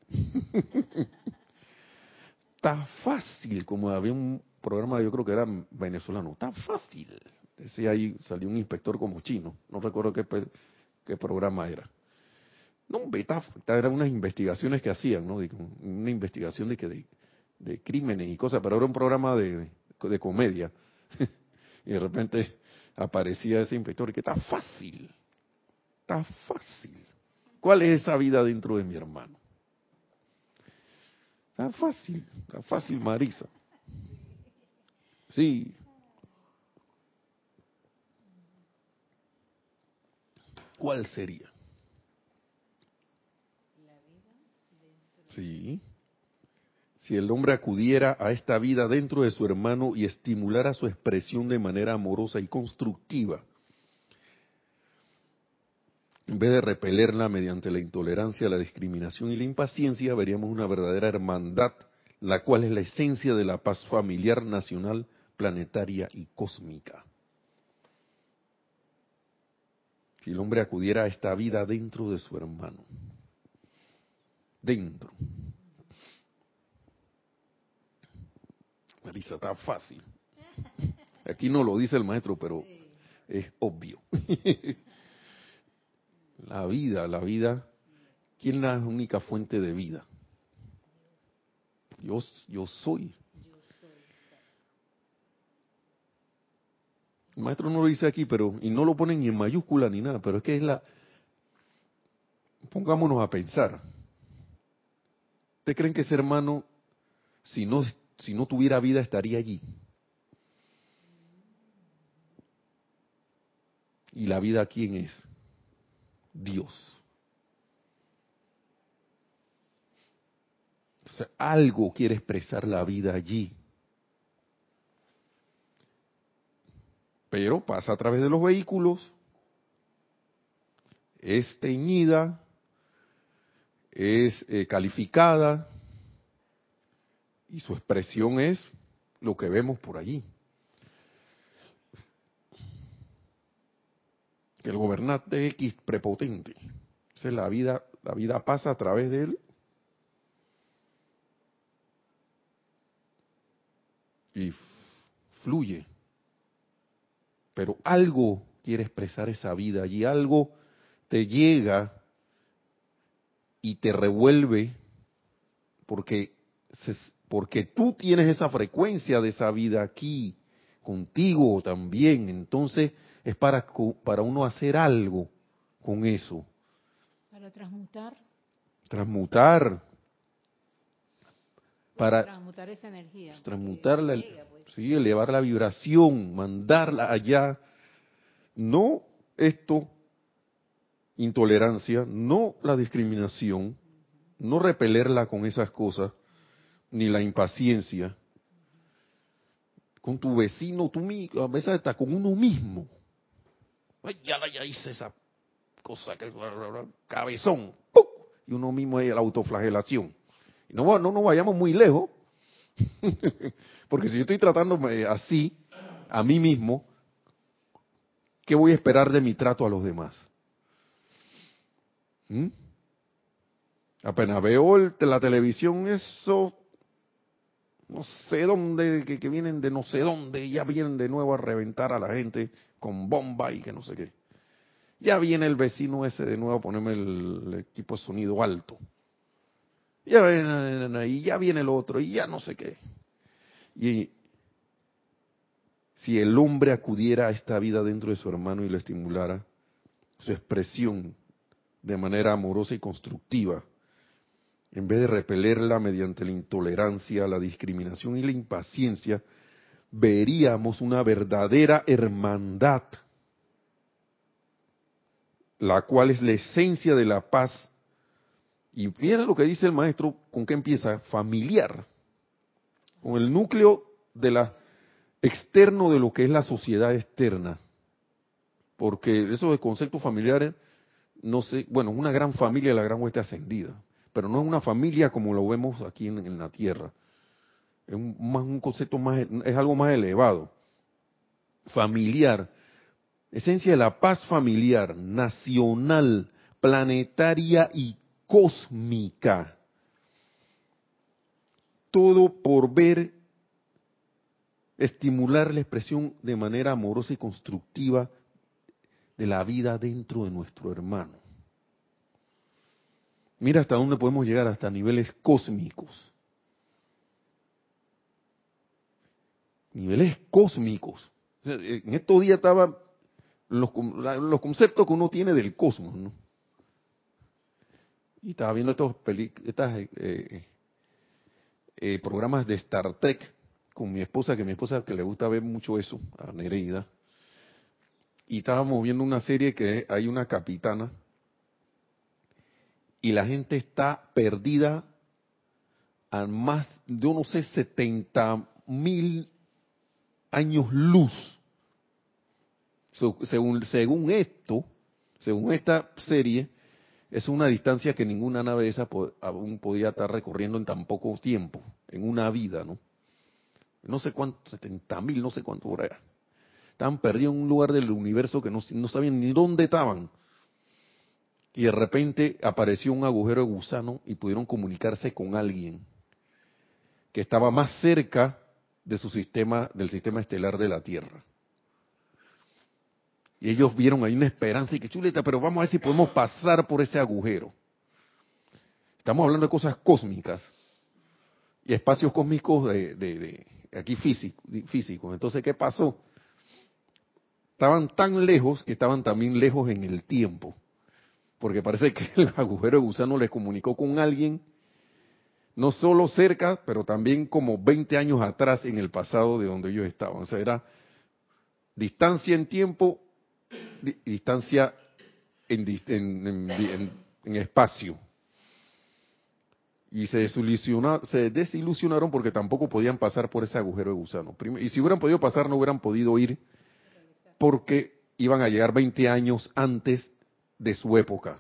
Speaker 1: Está fácil, como había un programa, yo creo que era venezolano, está fácil. Decía ahí, salió un inspector como chino, no recuerdo qué programa era. No, eran unas investigaciones que hacían, ¿no? Una investigación de crímenes y cosas, pero era un programa de comedia. Y de repente aparecía ese inspector y que está fácil. ¿Cuál es esa vida dentro de mi hermano? Está fácil, Marisa. Sí. ¿Cuál sería? Sí. Si el hombre acudiera a esta vida dentro de su hermano y estimulara su expresión de manera amorosa y constructiva, en vez de repelerla mediante la intolerancia, la discriminación y la impaciencia, veríamos una verdadera hermandad, la cual es la esencia de la paz familiar, nacional, planetaria y cósmica. Si el hombre acudiera a esta vida dentro de su hermano, dentro. Marisa, está fácil. Aquí no lo dice el maestro, pero es obvio. La vida, ¿quién es la única fuente de vida? Yo soy. El maestro no lo dice aquí, y no lo ponen ni en mayúscula ni nada, pero es que pongámonos a pensar. ¿Ustedes creen que ese hermano, si no tuviera vida, estaría allí? ¿Y la vida quién es? Dios. O sea, algo quiere expresar la vida allí. Pero pasa a través de los vehículos, es teñida, es calificada, y su expresión es lo que vemos por allí. Que el gobernante X prepotente. Esa es la vida pasa a través de él y fluye. Pero algo quiere expresar esa vida allí, algo te llega y te revuelve porque tú tienes esa frecuencia de esa vida aquí, contigo también. Entonces es para uno hacer algo con eso.
Speaker 2: Para transmutar.
Speaker 1: Para
Speaker 2: transmutar esa energía.
Speaker 1: Transmutarla, sí, elevar la vibración, mandarla allá. No esto, intolerancia, no la discriminación, no repelerla con esas cosas, ni la impaciencia. Con tu vecino, a veces hasta con uno mismo. Ay, ya hice esa cosa, cabezón, ¡pum! Y uno mismo es la autoflagelación. Y no nos vayamos muy lejos, porque si yo estoy tratándome así, a mí mismo, ¿qué voy a esperar de mi trato a los demás? Apenas veo la televisión, eso, no sé dónde, que vienen de no sé dónde, y ya vienen de nuevo a reventar a la gente con bomba y que no sé qué. Ya viene el vecino ese de nuevo a ponerme el equipo de sonido alto. Y ya viene el otro, y ya no sé qué. Y si el hombre acudiera a esta vida dentro de su hermano y lo estimulara, su expresión de manera amorosa y constructiva, en vez de repelerla mediante la intolerancia, la discriminación y la impaciencia, veríamos una verdadera hermandad, la cual es la esencia de la paz. Y fíjense lo que dice el maestro, ¿con qué empieza? Familiar, con el núcleo externo de lo que es la sociedad externa. porque esos de conceptos familiares, no sé, bueno, es una gran familia de la gran hueste ascendida, pero no es una familia como lo vemos aquí en la Tierra. Es un concepto más, es algo más elevado. Familiar, esencia de la paz familiar, nacional, planetaria y cósmica. Todo por ver, estimular la expresión de manera amorosa y constructiva de la vida dentro de nuestro hermano. Mira hasta dónde podemos llegar, hasta niveles cósmicos. Niveles cósmicos. O sea, en estos días estaban los conceptos que uno tiene del cosmos, ¿no? Y estaba viendo estos programas de Star Trek con mi esposa, que le gusta ver mucho eso, a Nereida. Y estábamos viendo una serie que hay una capitana y la gente está perdida a más de, no sé, 70,000 años luz. Según esta serie, es una distancia que ninguna nave de esa aún podía estar recorriendo en tan poco tiempo, en una vida, ¿no? No sé cuánto, 70,000, no sé cuánto por allá. Estaban perdidos en un lugar del universo que no sabían ni dónde estaban. Y de repente apareció un agujero de gusano y pudieron comunicarse con alguien que estaba más cerca de su sistema, del sistema estelar de la Tierra. Y ellos vieron ahí una esperanza y que chuleta, pero vamos a ver si podemos pasar por ese agujero. Estamos hablando de cosas cósmicas y espacios cósmicos de aquí físicos. Entonces, ¿qué pasó? Estaban tan lejos que estaban también lejos en el tiempo. Porque parece que el agujero de gusano les comunicó con alguien, no solo cerca, pero también como 20 años atrás en el pasado de donde ellos estaban. O sea, era distancia en tiempo, distancia en espacio. Y se desilusionaron porque tampoco podían pasar por ese agujero de gusano. Y si hubieran podido pasar, no hubieran podido ir porque iban a llegar 20 años antes de su época.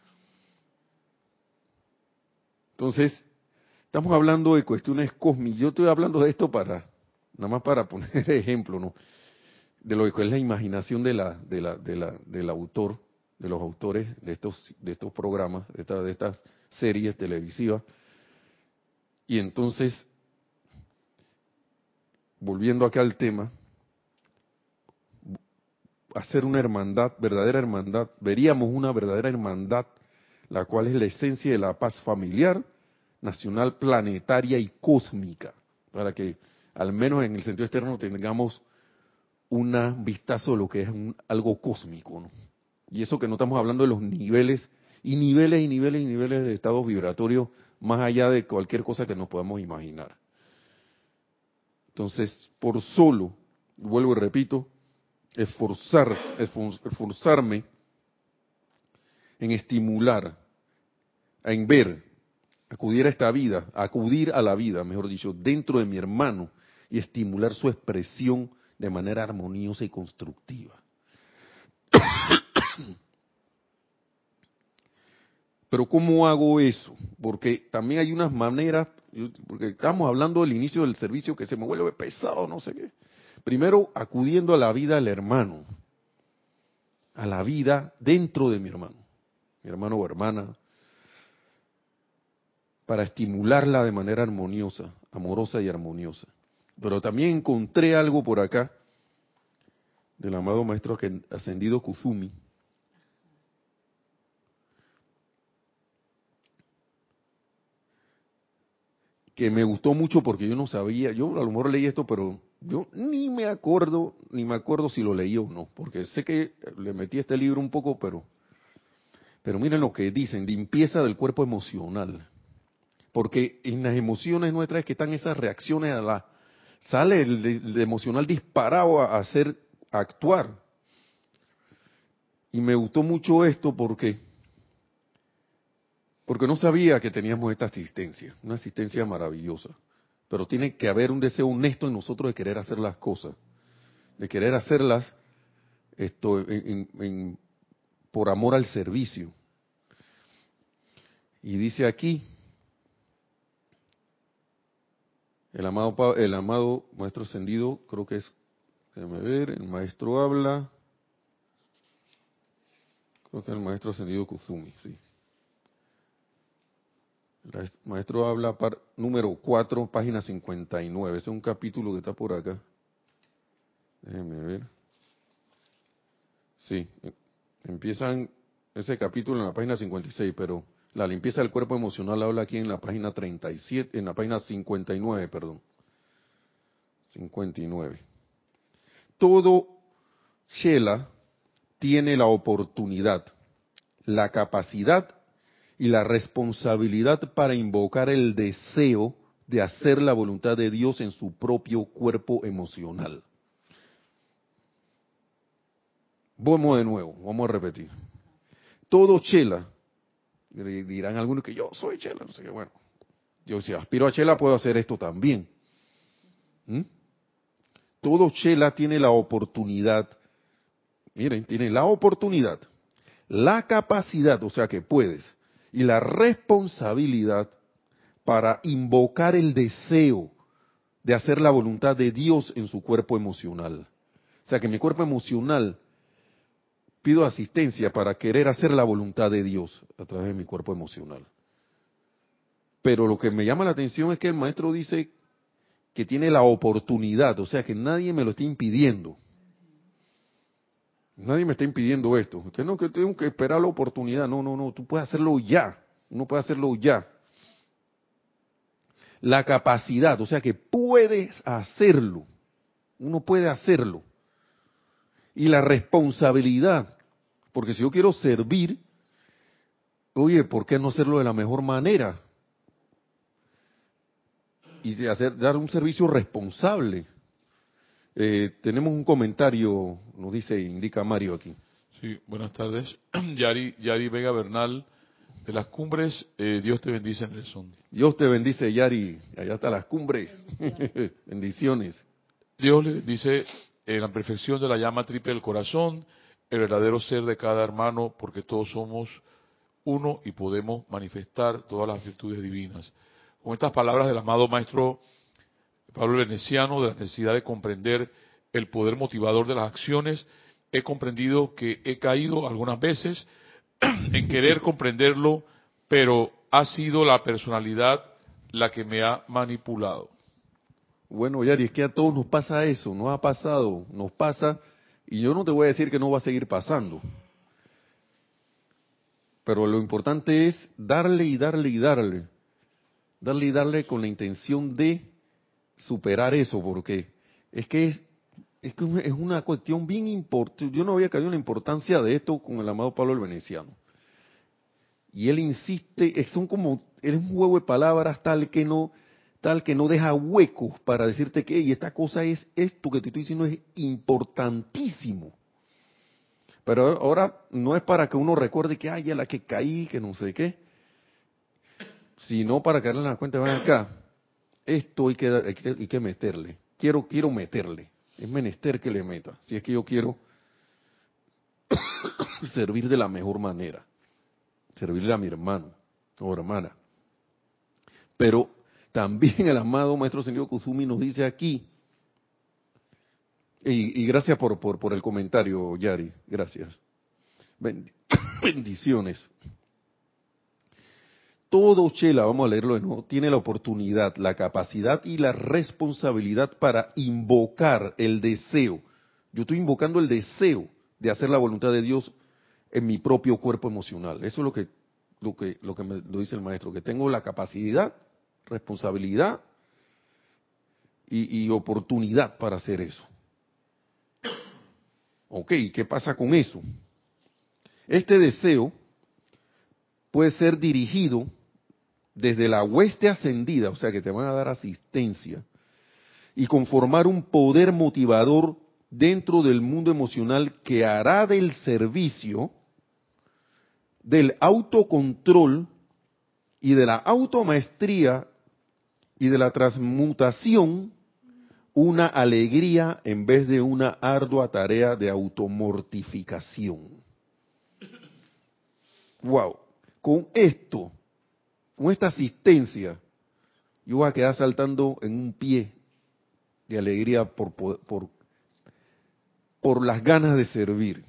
Speaker 1: Entonces, estamos hablando de cuestiones cósmicas. Yo estoy hablando de esto nada más para poner ejemplo, ¿no? De lo que es la imaginación del autor, de los autores de estos programas, de estas series televisivas. Y entonces, volviendo acá al tema, hacer una hermandad, verdadera hermandad, veríamos una verdadera hermandad, la cual es la esencia de la paz familiar, nacional, planetaria y cósmica, para que al menos en el sentido externo tengamos un vistazo de lo que es algo cósmico, ¿no? Y eso que no estamos hablando de los niveles y niveles y niveles y niveles de estados vibratorios más allá de cualquier cosa que nos podamos imaginar. Entonces, por solo, vuelvo y repito, esforzarme en estimular, en ver, acudir a la vida, mejor dicho, dentro de mi hermano y estimular su expresión de manera armoniosa y constructiva. Pero ¿cómo hago eso? Porque también hay unas maneras, porque estamos hablando del inicio del servicio que se me vuelve pesado, no sé qué. Primero, acudiendo a la vida del hermano, a la vida dentro de mi hermano o hermana, para estimularla de manera armoniosa, amorosa y armoniosa. Pero también encontré algo por acá del amado maestro ascendido Kuzumi, que me gustó mucho porque yo no sabía, yo a lo mejor leí esto, pero yo ni me acuerdo si lo leí o no, porque sé que le metí este libro un poco, pero miren lo que dicen, limpieza del cuerpo emocional. Porque en las emociones nuestras es que están esas reacciones sale el emocional disparado a actuar. Y me gustó mucho esto porque no sabía que teníamos esta asistencia, una asistencia maravillosa. Pero tiene que haber un deseo honesto en nosotros de querer hacer las cosas, de querer hacerlas esto por amor al servicio. Y dice aquí, el amado Maestro Ascendido, creo que es, déjame ver, el Maestro habla, creo que es el Maestro Ascendido Kusumi, sí. El Maestro habla número 4, página 59. Ese es un capítulo que está por acá. Déjenme ver. Sí, empiezan ese capítulo en la página 56, pero la limpieza del cuerpo emocional habla aquí en la página 37, en la página 59, perdón. 59. Todo Shela tiene la oportunidad, la capacidad y la responsabilidad para invocar el deseo de hacer la voluntad de Dios en su propio cuerpo emocional. Vamos de nuevo, vamos a repetir. Todo Chela, dirán algunos que yo soy Chela, no sé qué, bueno, yo si aspiro a Chela puedo hacer esto también. Todo Chela tiene la oportunidad, miren, tiene la oportunidad, la capacidad, o sea que puedes, y la responsabilidad para invocar el deseo de hacer la voluntad de Dios en su cuerpo emocional. O sea que mi cuerpo emocional pido asistencia para querer hacer la voluntad de Dios a través de mi cuerpo emocional. Pero lo que me llama la atención es que el maestro dice que tiene la oportunidad, o sea que nadie me lo está impidiendo. Nadie me está impidiendo esto. Que no, que tengo que esperar la oportunidad. No, no, no, tú puedes hacerlo ya. Uno puede hacerlo ya. La capacidad, o sea que puedes hacerlo. Uno puede hacerlo. Y la responsabilidad, porque si yo quiero servir, oye, ¿por qué no hacerlo de la mejor manera? Y dar un servicio responsable. Tenemos un comentario, nos dice, indica Mario aquí.
Speaker 3: Sí, buenas tardes. Yari Vega Bernal, de las Cumbres, Dios te bendice, Nelson.
Speaker 1: Dios te bendice, Yari, allá está las cumbres. Bendiciones.
Speaker 3: Dios le dice en la perfección de la llama triple del corazón, el verdadero ser de cada hermano, porque todos somos uno y podemos manifestar todas las virtudes divinas. Con estas palabras del amado Maestro Pablo Veneciano, de la necesidad de comprender el poder motivador de las acciones, he comprendido que he caído algunas veces en querer comprenderlo, pero ha sido la personalidad la que me ha manipulado.
Speaker 1: Bueno, Yari, es que a todos nos pasa eso, nos ha pasado, nos pasa, y yo no te voy a decir que no va a seguir pasando. Pero lo importante es darle y darle y darle. Darle y darle con la intención de superar eso, porque es una cuestión bien importante. Yo no había caído en la importancia de esto con el amado Pablo el Veneciano. Y él insiste, es un juego de palabras tal que no deja huecos para decirte que y esta cosa esto que te estoy diciendo es importantísimo. Pero ahora no es para que uno recuerde que ay, a la que caí, que no sé qué, sino para que en la cuenta, van acá, esto hay que meterle. Quiero meterle. Es menester que le meta. Si es que yo quiero servir de la mejor manera. Servirle a mi hermano o hermana. Pero también el amado Maestro Ascendido Kusumi nos dice aquí, y gracias por el comentario, Yari, gracias. Bendiciones. Todo Chela, vamos a leerlo de nuevo, tiene la oportunidad, la capacidad y la responsabilidad para invocar el deseo. Yo estoy invocando el deseo de hacer la voluntad de Dios en mi propio cuerpo emocional. Eso es lo que me lo dice el maestro, que tengo la capacidad, responsabilidad y oportunidad para hacer eso. Ok, ¿qué pasa con eso? Este deseo puede ser dirigido desde la hueste ascendida, o sea que te van a dar asistencia, y conformar un poder motivador dentro del mundo emocional que hará del servicio, del autocontrol y de la automaestría y de la transmutación una alegría en vez de una ardua tarea de automortificación. Wow, con esto, con esta asistencia, yo voy a quedar saltando en un pie de alegría por las ganas de servir,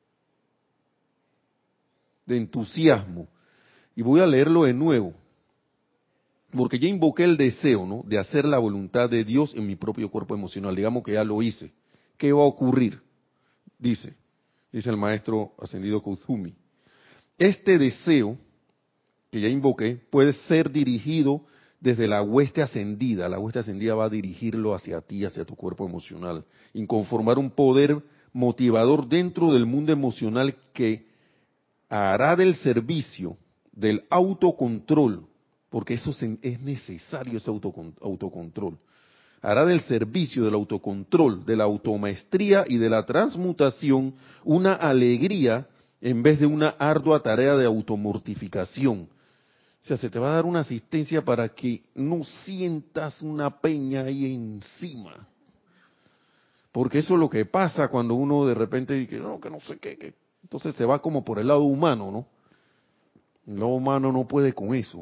Speaker 1: de entusiasmo. Y voy a leerlo de nuevo, porque ya invoqué el deseo, ¿no?, de hacer la voluntad de Dios en mi propio cuerpo emocional. Digamos que ya lo hice. ¿Qué va a ocurrir? Dice el maestro ascendido Kuzumi. Este deseo que ya invoqué puede ser dirigido desde la hueste ascendida. La hueste ascendida va a dirigirlo hacia ti, hacia tu cuerpo emocional, y conformar un poder motivador dentro del mundo emocional que hará del servicio, del autocontrol, porque eso es necesario, ese autocontrol. Hará del servicio, del autocontrol, de la automaestría y de la transmutación una alegría en vez de una ardua tarea de automortificación. O sea, se te va a dar una asistencia para que no sientas una peña ahí encima. Porque eso es lo que pasa cuando uno de repente dice, no, que no sé qué, que entonces se va como por el lado humano, ¿no? El lado humano no puede con eso. O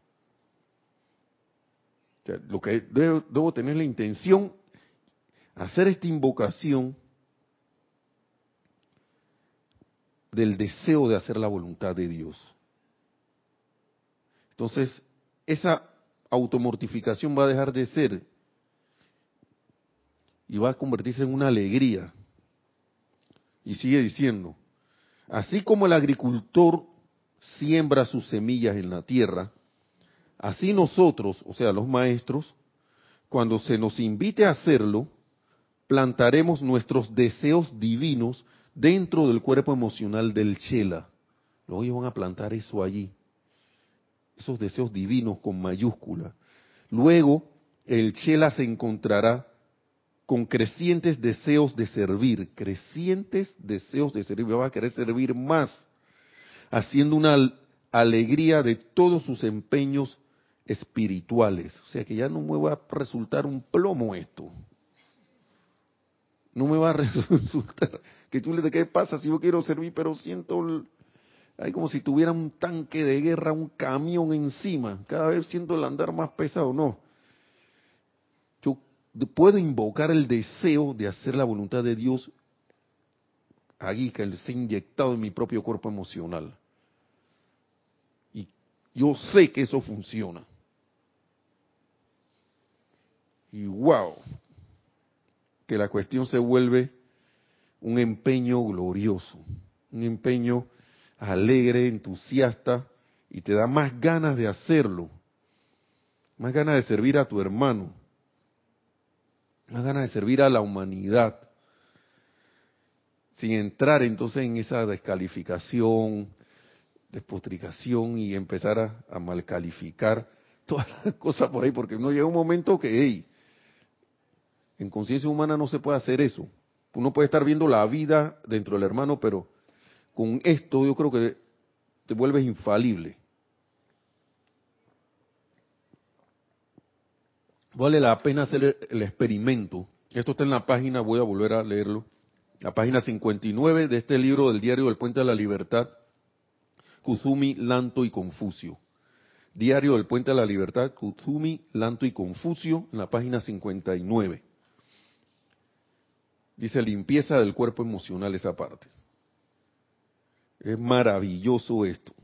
Speaker 1: sea, lo que debo tener la intención, hacer esta invocación del deseo de hacer la voluntad de Dios. Entonces, esa automortificación va a dejar de ser y va a convertirse en una alegría. Y sigue diciendo, así como el agricultor siembra sus semillas en la tierra, así nosotros, o sea, los maestros, cuando se nos invite a hacerlo, plantaremos nuestros deseos divinos dentro del cuerpo emocional del Chela. Luego ellos van a plantar eso allí, esos deseos divinos con mayúscula. Luego el Chela se encontrará con crecientes deseos de servir, va a querer servir más, haciendo una alegría de todos sus empeños espirituales. O sea que ya no me va a resultar un plomo esto. No me va a resultar que tú le digas, ¿qué pasa si yo quiero servir pero siento, hay como si tuviera un tanque de guerra, un camión encima, cada vez siento el andar más pesado? No. Yo puedo invocar el deseo de hacer la voluntad de Dios allí, que él se ha inyectado en mi propio cuerpo emocional. Y yo sé que eso funciona. Y wow, que la cuestión se vuelve un empeño glorioso, un empeño alegre, entusiasta, y te da más ganas de hacerlo, más ganas de servir a tu hermano, más ganas de servir a la humanidad, sin entrar entonces en esa descalificación, despotricación y empezar a malcalificar todas las cosas por ahí, porque no llega un momento que, hey, en conciencia humana no se puede hacer eso. Uno puede estar viendo la vida dentro del hermano, pero con esto yo creo que te vuelves infalible. Vale la pena hacer el experimento. Esto está en la página, voy a volver a leerlo, la página 59 de este libro del Diario del Puente de la Libertad, Kuzumi, Lanto y Confucio. Diario del Puente de la Libertad, Kuzumi, Lanto y Confucio, en la página 59. Dice limpieza del cuerpo emocional, esa parte. Es maravilloso esto.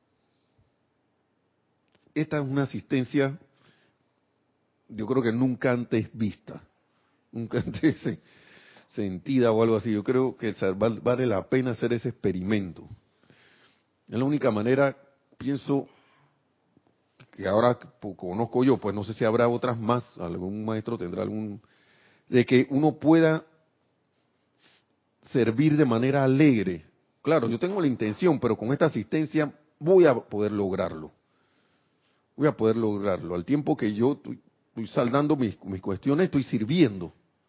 Speaker 1: Esta es una asistencia, yo creo que nunca antes vista, nunca antes sentida o algo así. Yo creo que vale la pena hacer ese experimento. Es la única manera, pienso, que ahora conozco yo, pues no sé si habrá otras más, algún maestro tendrá algún, de que uno pueda servir de manera alegre. Claro, yo tengo la intención, pero con esta asistencia voy a poder lograrlo. Voy a poder lograrlo. Al tiempo que yo estoy saldando mis cuestiones, estoy sirviendo.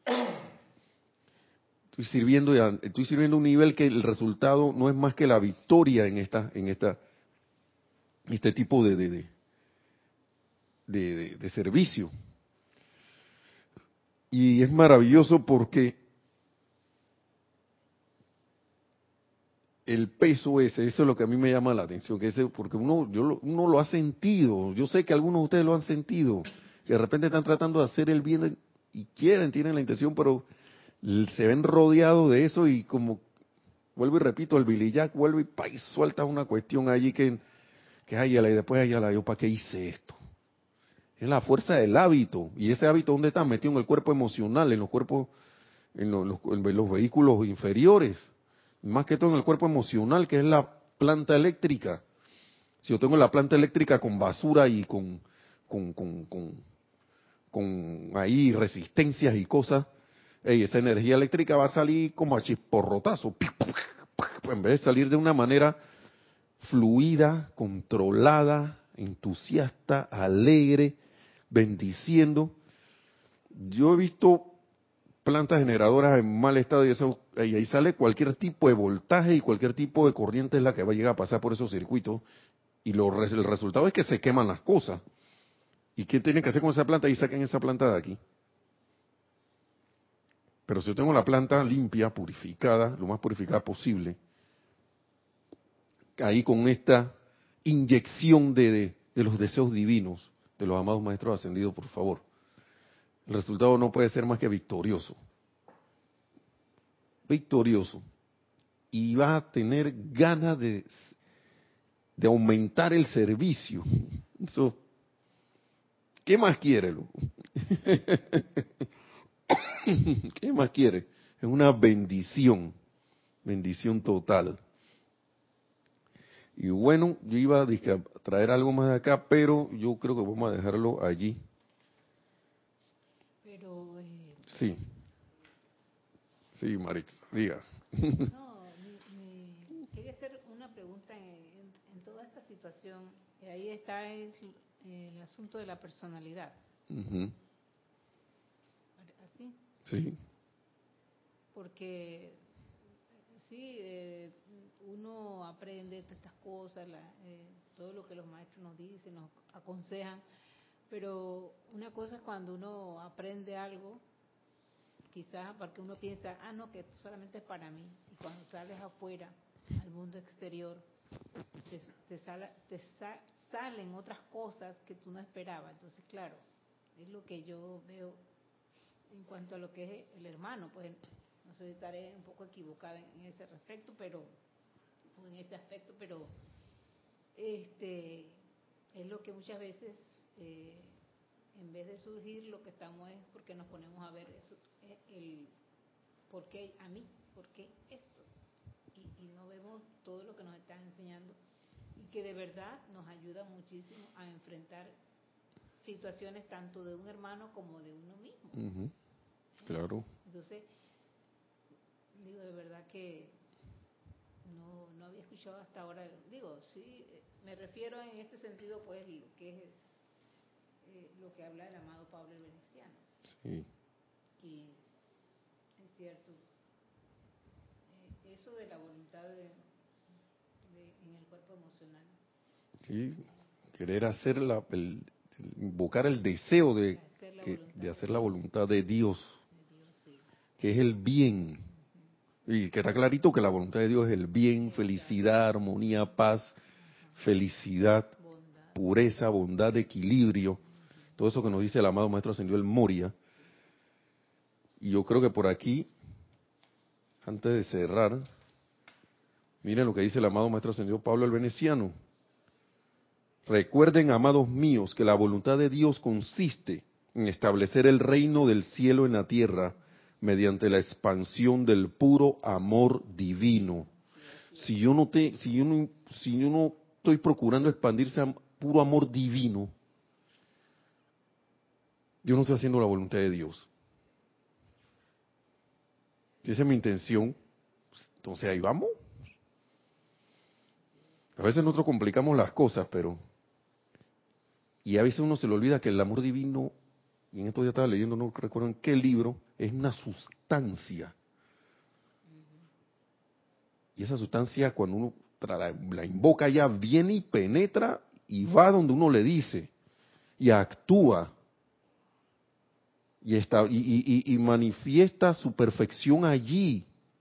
Speaker 1: Estoy sirviendo a un nivel que el resultado no es más que la victoria en este tipo de servicio. Y es maravilloso porque el peso ese, eso es lo que a mí me llama la atención, que ese, porque uno lo ha sentido, yo sé que algunos de ustedes lo han sentido, que de repente están tratando de hacer el bien y tienen la intención, pero se ven rodeados de eso y como, vuelvo y repito, el Billy Jack vuelve y, ¡pay!, suelta una cuestión allí que ayala, y después ayala, yo para qué hice esto. Es la fuerza del hábito, y ese hábito ¿dónde está? Metido en el cuerpo emocional, en los cuerpos, en los vehículos inferiores, más que todo en el cuerpo emocional, que es la planta eléctrica. Si yo tengo la planta eléctrica con basura y con, con, con, con ahí resistencias y cosas, esa energía eléctrica va a salir como a chisporrotazo, en vez de salir de una manera fluida, controlada, entusiasta, alegre, bendiciendo. Yo he visto plantas generadoras en mal estado y eso, y ahí sale cualquier tipo de voltaje y cualquier tipo de corriente es la que va a llegar a pasar por esos circuitos y el resultado es que se queman las cosas. ¿Y qué tienen que hacer con esa planta? Y saquen esa planta de aquí. Pero si yo tengo la planta limpia, purificada, lo más purificada posible, ahí con esta inyección de los deseos divinos de los amados maestros ascendidos, por favor, el resultado no puede ser más que victorioso. Victorioso. Y vas a tener ganas de aumentar el servicio. Eso, ¿qué más quiere, loco? ¿Qué más quiere? Es una bendición, bendición total. Y bueno, yo iba a traer algo más de acá, pero yo creo que vamos a dejarlo allí.
Speaker 2: Pero,
Speaker 1: Sí, sí, Maritza, diga.
Speaker 2: no, quería hacer una pregunta en toda esta situación. Ahí está el asunto de la personalidad.
Speaker 1: Ujú.
Speaker 2: ¿Así?
Speaker 1: Sí,
Speaker 2: Porque sí, uno aprende todas estas cosas, todo lo que los maestros nos dicen, nos aconsejan, pero una cosa es cuando uno aprende algo, quizás porque uno piensa, no, que esto solamente es para mí, y cuando sales afuera, al mundo exterior, salen otras cosas que tú no esperabas. Entonces, claro, es lo que yo veo en cuanto a lo que es el hermano, pues no sé si estaré un poco equivocada en ese respecto, o en este aspecto, pero es lo que muchas veces, en vez de surgir, lo que estamos es porque nos ponemos a ver eso, el por qué a mí, por qué esto, y no vemos todo lo que nos están enseñando y que de verdad nos ayuda muchísimo a enfrentar situaciones tanto de un hermano como de uno mismo.
Speaker 1: uh-huh. Claro.
Speaker 2: Entonces, digo, de verdad que no había escuchado hasta ahora, digo, sí, me refiero en este sentido, pues, lo que es lo que habla el amado Pablo el Veneciano.
Speaker 1: Sí.
Speaker 2: Y es cierto, eso de la voluntad en el cuerpo emocional.
Speaker 1: Sí, querer hacer invocar el deseo de hacer la voluntad de Dios,
Speaker 2: Sí.
Speaker 1: que es el bien. Y que está clarito que la voluntad de Dios es el bien, felicidad, armonía, paz, felicidad,
Speaker 2: Bondad.
Speaker 1: pureza, bondad, equilibrio. Todo eso que nos dice el amado Maestro Ascendido el Moria. Y yo creo que por aquí, antes de cerrar, miren lo que dice el amado Maestro Ascendido Pablo el Veneciano. Recuerden, amados míos, que la voluntad de Dios consiste en establecer el reino del cielo en la tierra mediante la expansión del puro amor divino. Si yo no estoy procurando expandirse a puro amor divino, yo no estoy haciendo la voluntad de Dios. Si esa es mi intención, entonces ahí vamos. A veces nosotros complicamos las cosas, y a veces uno se le olvida que el amor divino, y en esto ya estaba leyendo, no recuerdo en qué libro, es una sustancia. Y esa sustancia, cuando uno la invoca, ya viene y penetra y va donde uno le dice, y actúa. y manifiesta su perfección allí.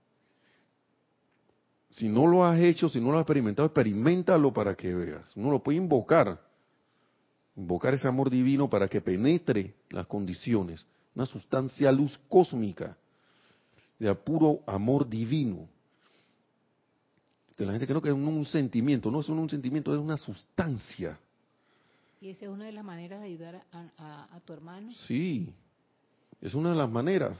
Speaker 1: Si no lo has hecho, si no lo has experimentado, experiméntalo para que veas. Uno lo puede invocar ese amor divino para que penetre las condiciones. Una sustancia luz cósmica de puro amor divino. Que la gente cree que es un sentimiento, no es un sentimiento, es una sustancia.
Speaker 2: ¿Y esa es una de las maneras de ayudar a tu hermano?
Speaker 1: Sí, es una de las maneras.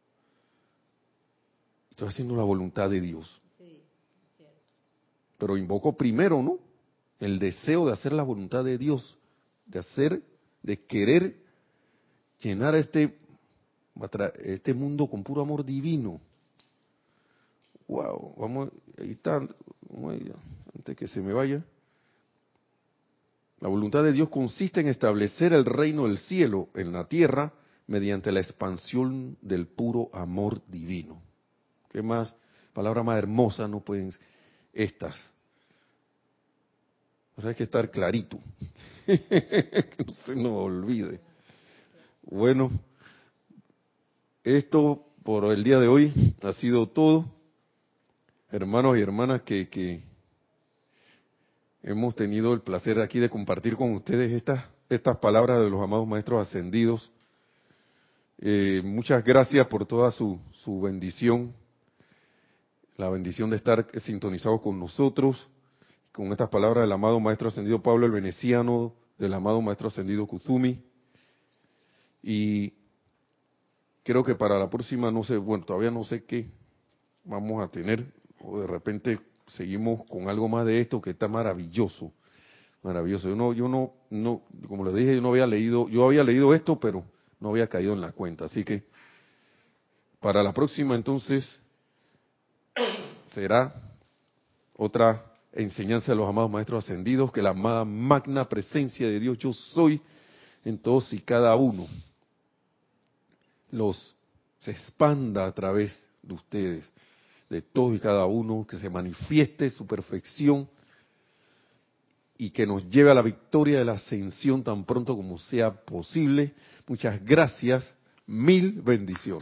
Speaker 1: Estoy haciendo la voluntad de Dios.
Speaker 2: Sí, cierto.
Speaker 1: Pero invoco primero, ¿no? El deseo de hacer la voluntad de Dios, de querer llenar este mundo con puro amor divino. Wow, vamos, ahí está, antes que se me vaya. La voluntad de Dios consiste en establecer el reino del cielo en la tierra mediante la expansión del puro amor divino. ¿Qué más? Palabra más hermosa no pueden estas. O sea, hay que estar clarito. Que no se nos olvide. Bueno, esto por el día de hoy ha sido todo. Hermanos y hermanas que hemos tenido el placer aquí de compartir con ustedes estas palabras de los amados maestros ascendidos. Muchas gracias por toda su bendición, la bendición de estar sintonizados con nosotros, con estas palabras del amado maestro ascendido Pablo el Veneciano, del amado maestro ascendido Kuzumi. Y creo que para la próxima, no sé, bueno, todavía no sé qué vamos a tener, o de repente seguimos con algo más de esto que está maravilloso, maravilloso. Yo no, como les dije, yo había leído esto, pero no había caído en la cuenta. Así que para la próxima entonces será otra enseñanza de los amados maestros ascendidos, que la amada magna presencia de Dios yo soy en todos y cada uno se expanda a través de ustedes, de todos y cada uno, que se manifieste su perfección y que nos lleve a la victoria de la ascensión tan pronto como sea posible. Muchas gracias, mil bendiciones.